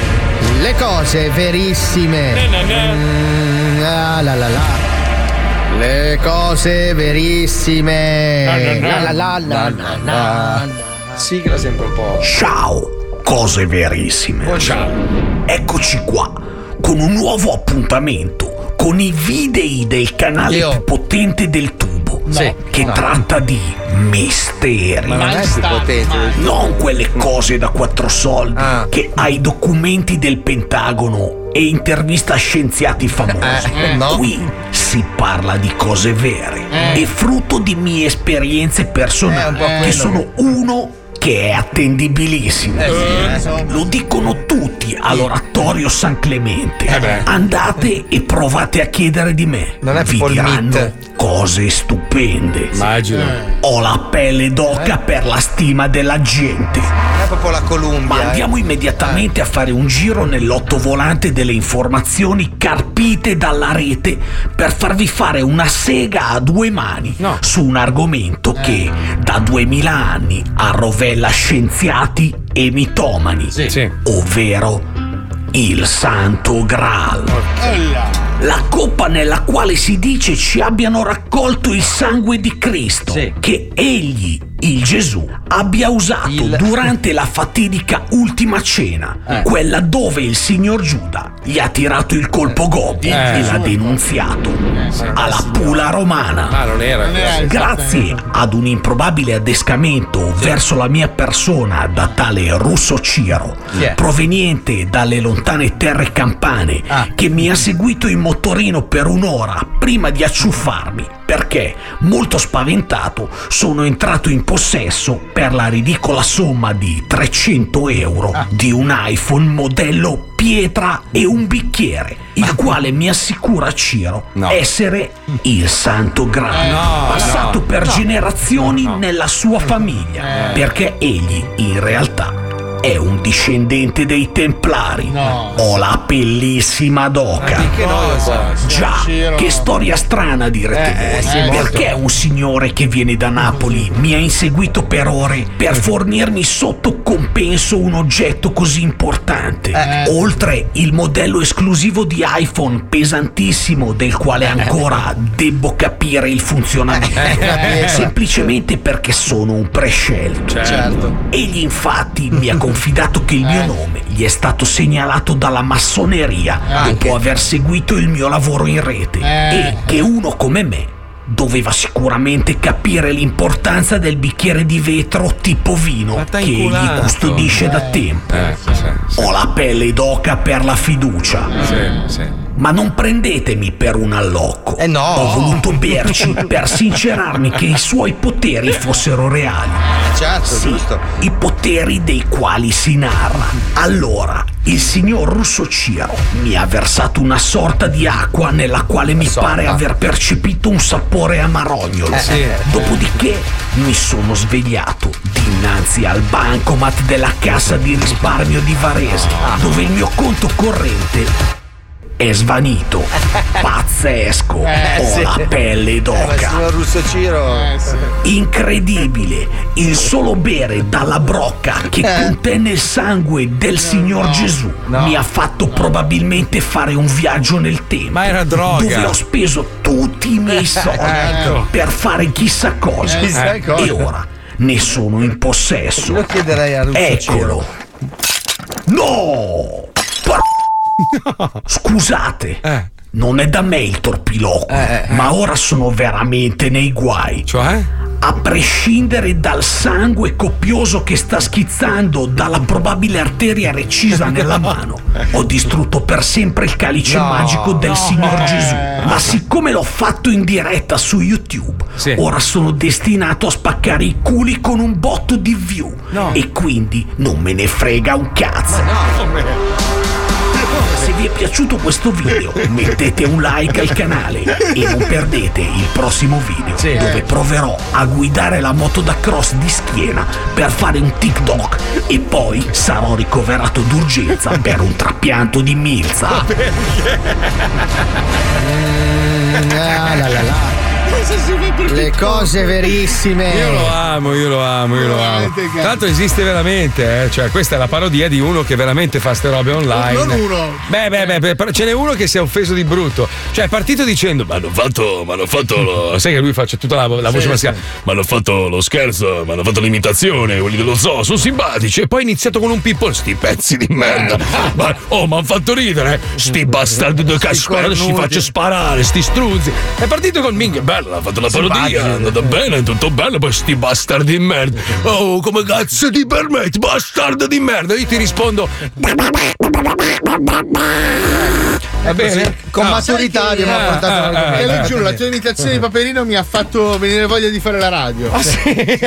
Le cose verissime. Mm, ah, la, la, la. Le cose verissime. La, la, la, la, la, la. Sigla sempre un po'. Ciao, cose verissime. Ciao. Eccoci qua con un nuovo appuntamento con i video del canale Io. più potente del tubo, Sì. che No. tratta di misteri. Ma non è più potente del tubo. Non quelle cose da quattro soldi Ah. che hai documenti del Pentagono e intervista a scienziati famosi. Eh, no. Qui si parla di cose vere Eh. e frutto di mie esperienze personali, Eh, un po' che quello. sono uno che è attendibilissimo. Eh, sì, eh. Lo dicono tutti all'oratorio San Clemente. Eh beh. Andate e provate a chiedere di me. Non è Vi proprio il diranno mit. cose stupende. Immagino. Ho la pelle d'oca per la stima della gente. Non è proprio la Columbia. Ma eh. andiamo immediatamente a fare un giro nell'ottovolante delle informazioni carpite dalla rete per farvi fare una sega a due mani su un argomento che da duemila anni arrovella scienziati e mitomani, ovvero il Santo Graal. La coppa nella quale si dice ci abbiano raccolto il sangue di Cristo, che egli, il Gesù, abbia usato durante la fatidica ultima cena, Eh. quella dove il signor Giuda gli ha tirato il colpo gobbo Eh. e l'ha denunziato alla pula romana. Ma non era questo. Grazie ad un improbabile adescamento verso la mia persona da tale russo Ciro, Chi è? proveniente dalle lontane terre campane, che mi ha seguito in motorino per un'ora prima di acciuffarmi, perché, molto spaventato, sono entrato in possesso per la ridicola somma di trecento euro di un iPhone modello pietra e un bicchiere, il quale mi assicura Ciro No. essere il Santo Graal, No, passato no, per no, generazioni no, no. nella sua famiglia, Eh. perché egli in realtà è un discendente dei Templari. No. Ho la bellissima d'oca. Anche noi un po'. Già, Ciro. che storia strana direte Eh, voi. sì, Eh, molto. Perché un signore che viene da Napoli mi ha inseguito per ore per fornirmi sotto compenso un oggetto così importante? Eh. Oltre il modello esclusivo di iPhone pesantissimo del quale ancora debbo capire il funzionamento. Eh. Semplicemente perché sono un prescelto. Certo. Egli infatti mi ha confidato che il mio nome gli è stato segnalato dalla massoneria dopo aver seguito il mio lavoro in rete Eh. e che uno come me doveva sicuramente capire l'importanza del bicchiere di vetro tipo vino Ma t'ha che egli inculato. custodisce da tempo. Eh, sì, sì, sì. Ho la pelle d'oca per la fiducia. Sì, sì. Ma non prendetemi per un allocco. Eh no. Ho voluto berci per sincerarmi che i suoi poteri fossero reali. Certo, Sì, giusto. i poteri dei quali si narra. Allora, il signor Russo Ciro mi ha versato una sorta di acqua nella quale mi Sorta. pare aver percepito un sapore amarognolo. Eh, sì. Dopodiché mi sono svegliato dinanzi al bancomat della Cassa di Risparmio di Varese, dove il mio conto corrente è svanito. Pazzesco. Eh, Ho sì. la pelle Eh, ma il d'oca. signor Russo Ciro. Incredibile, il solo bere dalla brocca che contenne il sangue del Signor Gesù no. mi ha fatto probabilmente fare un viaggio nel tempo. Ma era droga. Dove ho speso tutti i miei soldi Ecco. per fare chissà cosa. Chissà cosa. E ora ne sono in possesso. Lo chiederei a Russo Eccolo. No! Por- Scusate. Eh. Non è da me il torpiloquio, Eh, eh. ma ora sono veramente nei guai. Cioè? A prescindere dal sangue copioso che sta schizzando dalla probabile arteria recisa nella mano, ho distrutto per sempre il calice No, magico del no. Signor Gesù. Ma siccome l'ho fatto in diretta su YouTube, Sì. ora sono destinato a spaccare i culi con un botto di view. No. E quindi non me ne frega un cazzo. Se vi è piaciuto questo video, mettete un like al canale e non perdete il prossimo video dove proverò a guidare la moto da cross di schiena per fare un TikTok e poi sarò ricoverato d'urgenza per un trapianto di milza. Mm, ah, la, la, la. Le cose verissime. Io lo amo, io lo amo, io lo amo. Tra l'altro esiste veramente, eh? Cioè questa è la parodia di uno che veramente fa ste robe online. Non uno. Beh, beh, beh, però ce n'è uno che si è offeso di brutto. Cioè è partito dicendo, ma hanno fatto, ma hanno fatto lo... Sai che lui faccia tutta la, la voce Sì, maschile. sì. Ma hanno fatto lo scherzo, ma hanno fatto l'imitazione, quelli dello zoo, sono simpatici. E poi ha iniziato con un pippone, sti pezzi di merda. Ma, oh, ma hanno fatto ridere, sti bastardi di cascare, ci faccio sparare, sti struzzi. È partito con minchia, bella, ha fatto la parodia, è andata bene, è tutto bello, poi sti bastardi di merda. Oh, come cazzo ti permetti, bastardo di merda? Io ti rispondo. Va bene? Con No. maturità abbiamo Ah, affrontato ah, l'argomento. E lo giuro, la tua imitazione di Paperino mi ha fatto venire voglia di fare la radio. Ah, sì?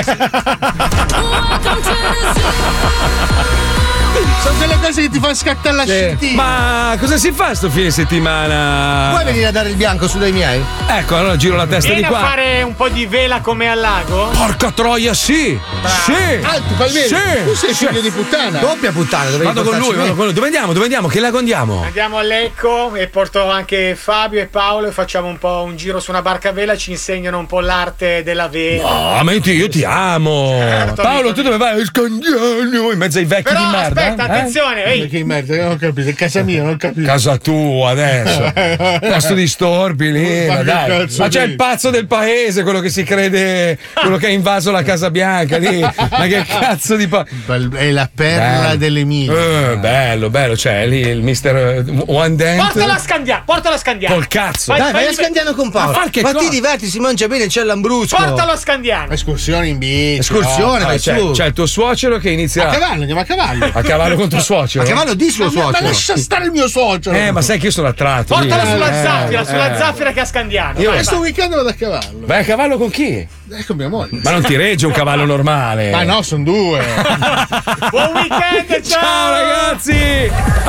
Sono delle cose che ti fanno scattare la scintilla. Ma cosa si fa sto fine settimana? Vuoi venire a dare il bianco su dei miei? Ecco, allora giro la testa Vieni di a qua. fare un po' di vela come al lago? Porca troia, sì! Sì! Alto, Palmieri, Sì! tu sei Sì. figlio di puttana. Doppia puttana, dovevi Vado con lui, portarci vado me. con lui. Dove andiamo? Dove andiamo? Che lago andiamo? Andiamo a Lecco e porto anche Fabio e Paolo e facciamo un po' un giro su una barca a vela, ci insegnano un po' l'arte della vela. No, ma io ti, io ti amo. Certo, Paolo, amico tu dove vai? Scandiano, in mezzo ai vecchi Però di merda. aspetta, eh? attenzione, ehi. Che merda, non ho capito, è casa mia, non ho capito. Casa tua adesso. Posto di storpi lì. Ma Ma, che dai. cazzo Ma c'è dici? il pazzo del paese, quello che si crede, quello che ha invaso la Casa Bianca lì. Ma che cazzo di pa- È la perla Bello. dell'Emilia. Eh, bello, bello, c'è lì il mister One Dent. Portala a Scandiano, portala a Scandiano. Col cazzo. Fai- Dai, vai fai- a Scandiano con Paolo. Ma far che Ma cosa? ti diverti, si mangia bene, c'è l'ambrusco. Portalo a Scandiano. Escursione in bici. Escursione, no? vai C'è, su. c'è il tuo suocero che inizia A cavallo, andiamo a cavallo. a cavallo con tuo suocero. A cavallo di suo Ma, ma suocero. lascia stare il mio suocero. Eh, ma sai che io sono attratto. Portala lì. sulla Eh, zaffira, eh. sulla zaffira che a Scandiano. Io- Vai, Questo vai. weekend vado a cavallo. Vai a cavallo con chi? Eh, con mia moglie. Ma non ti regge un cavallo normale. Ma no, sono due. Buon weekend, ciao! Ciao ragazzi!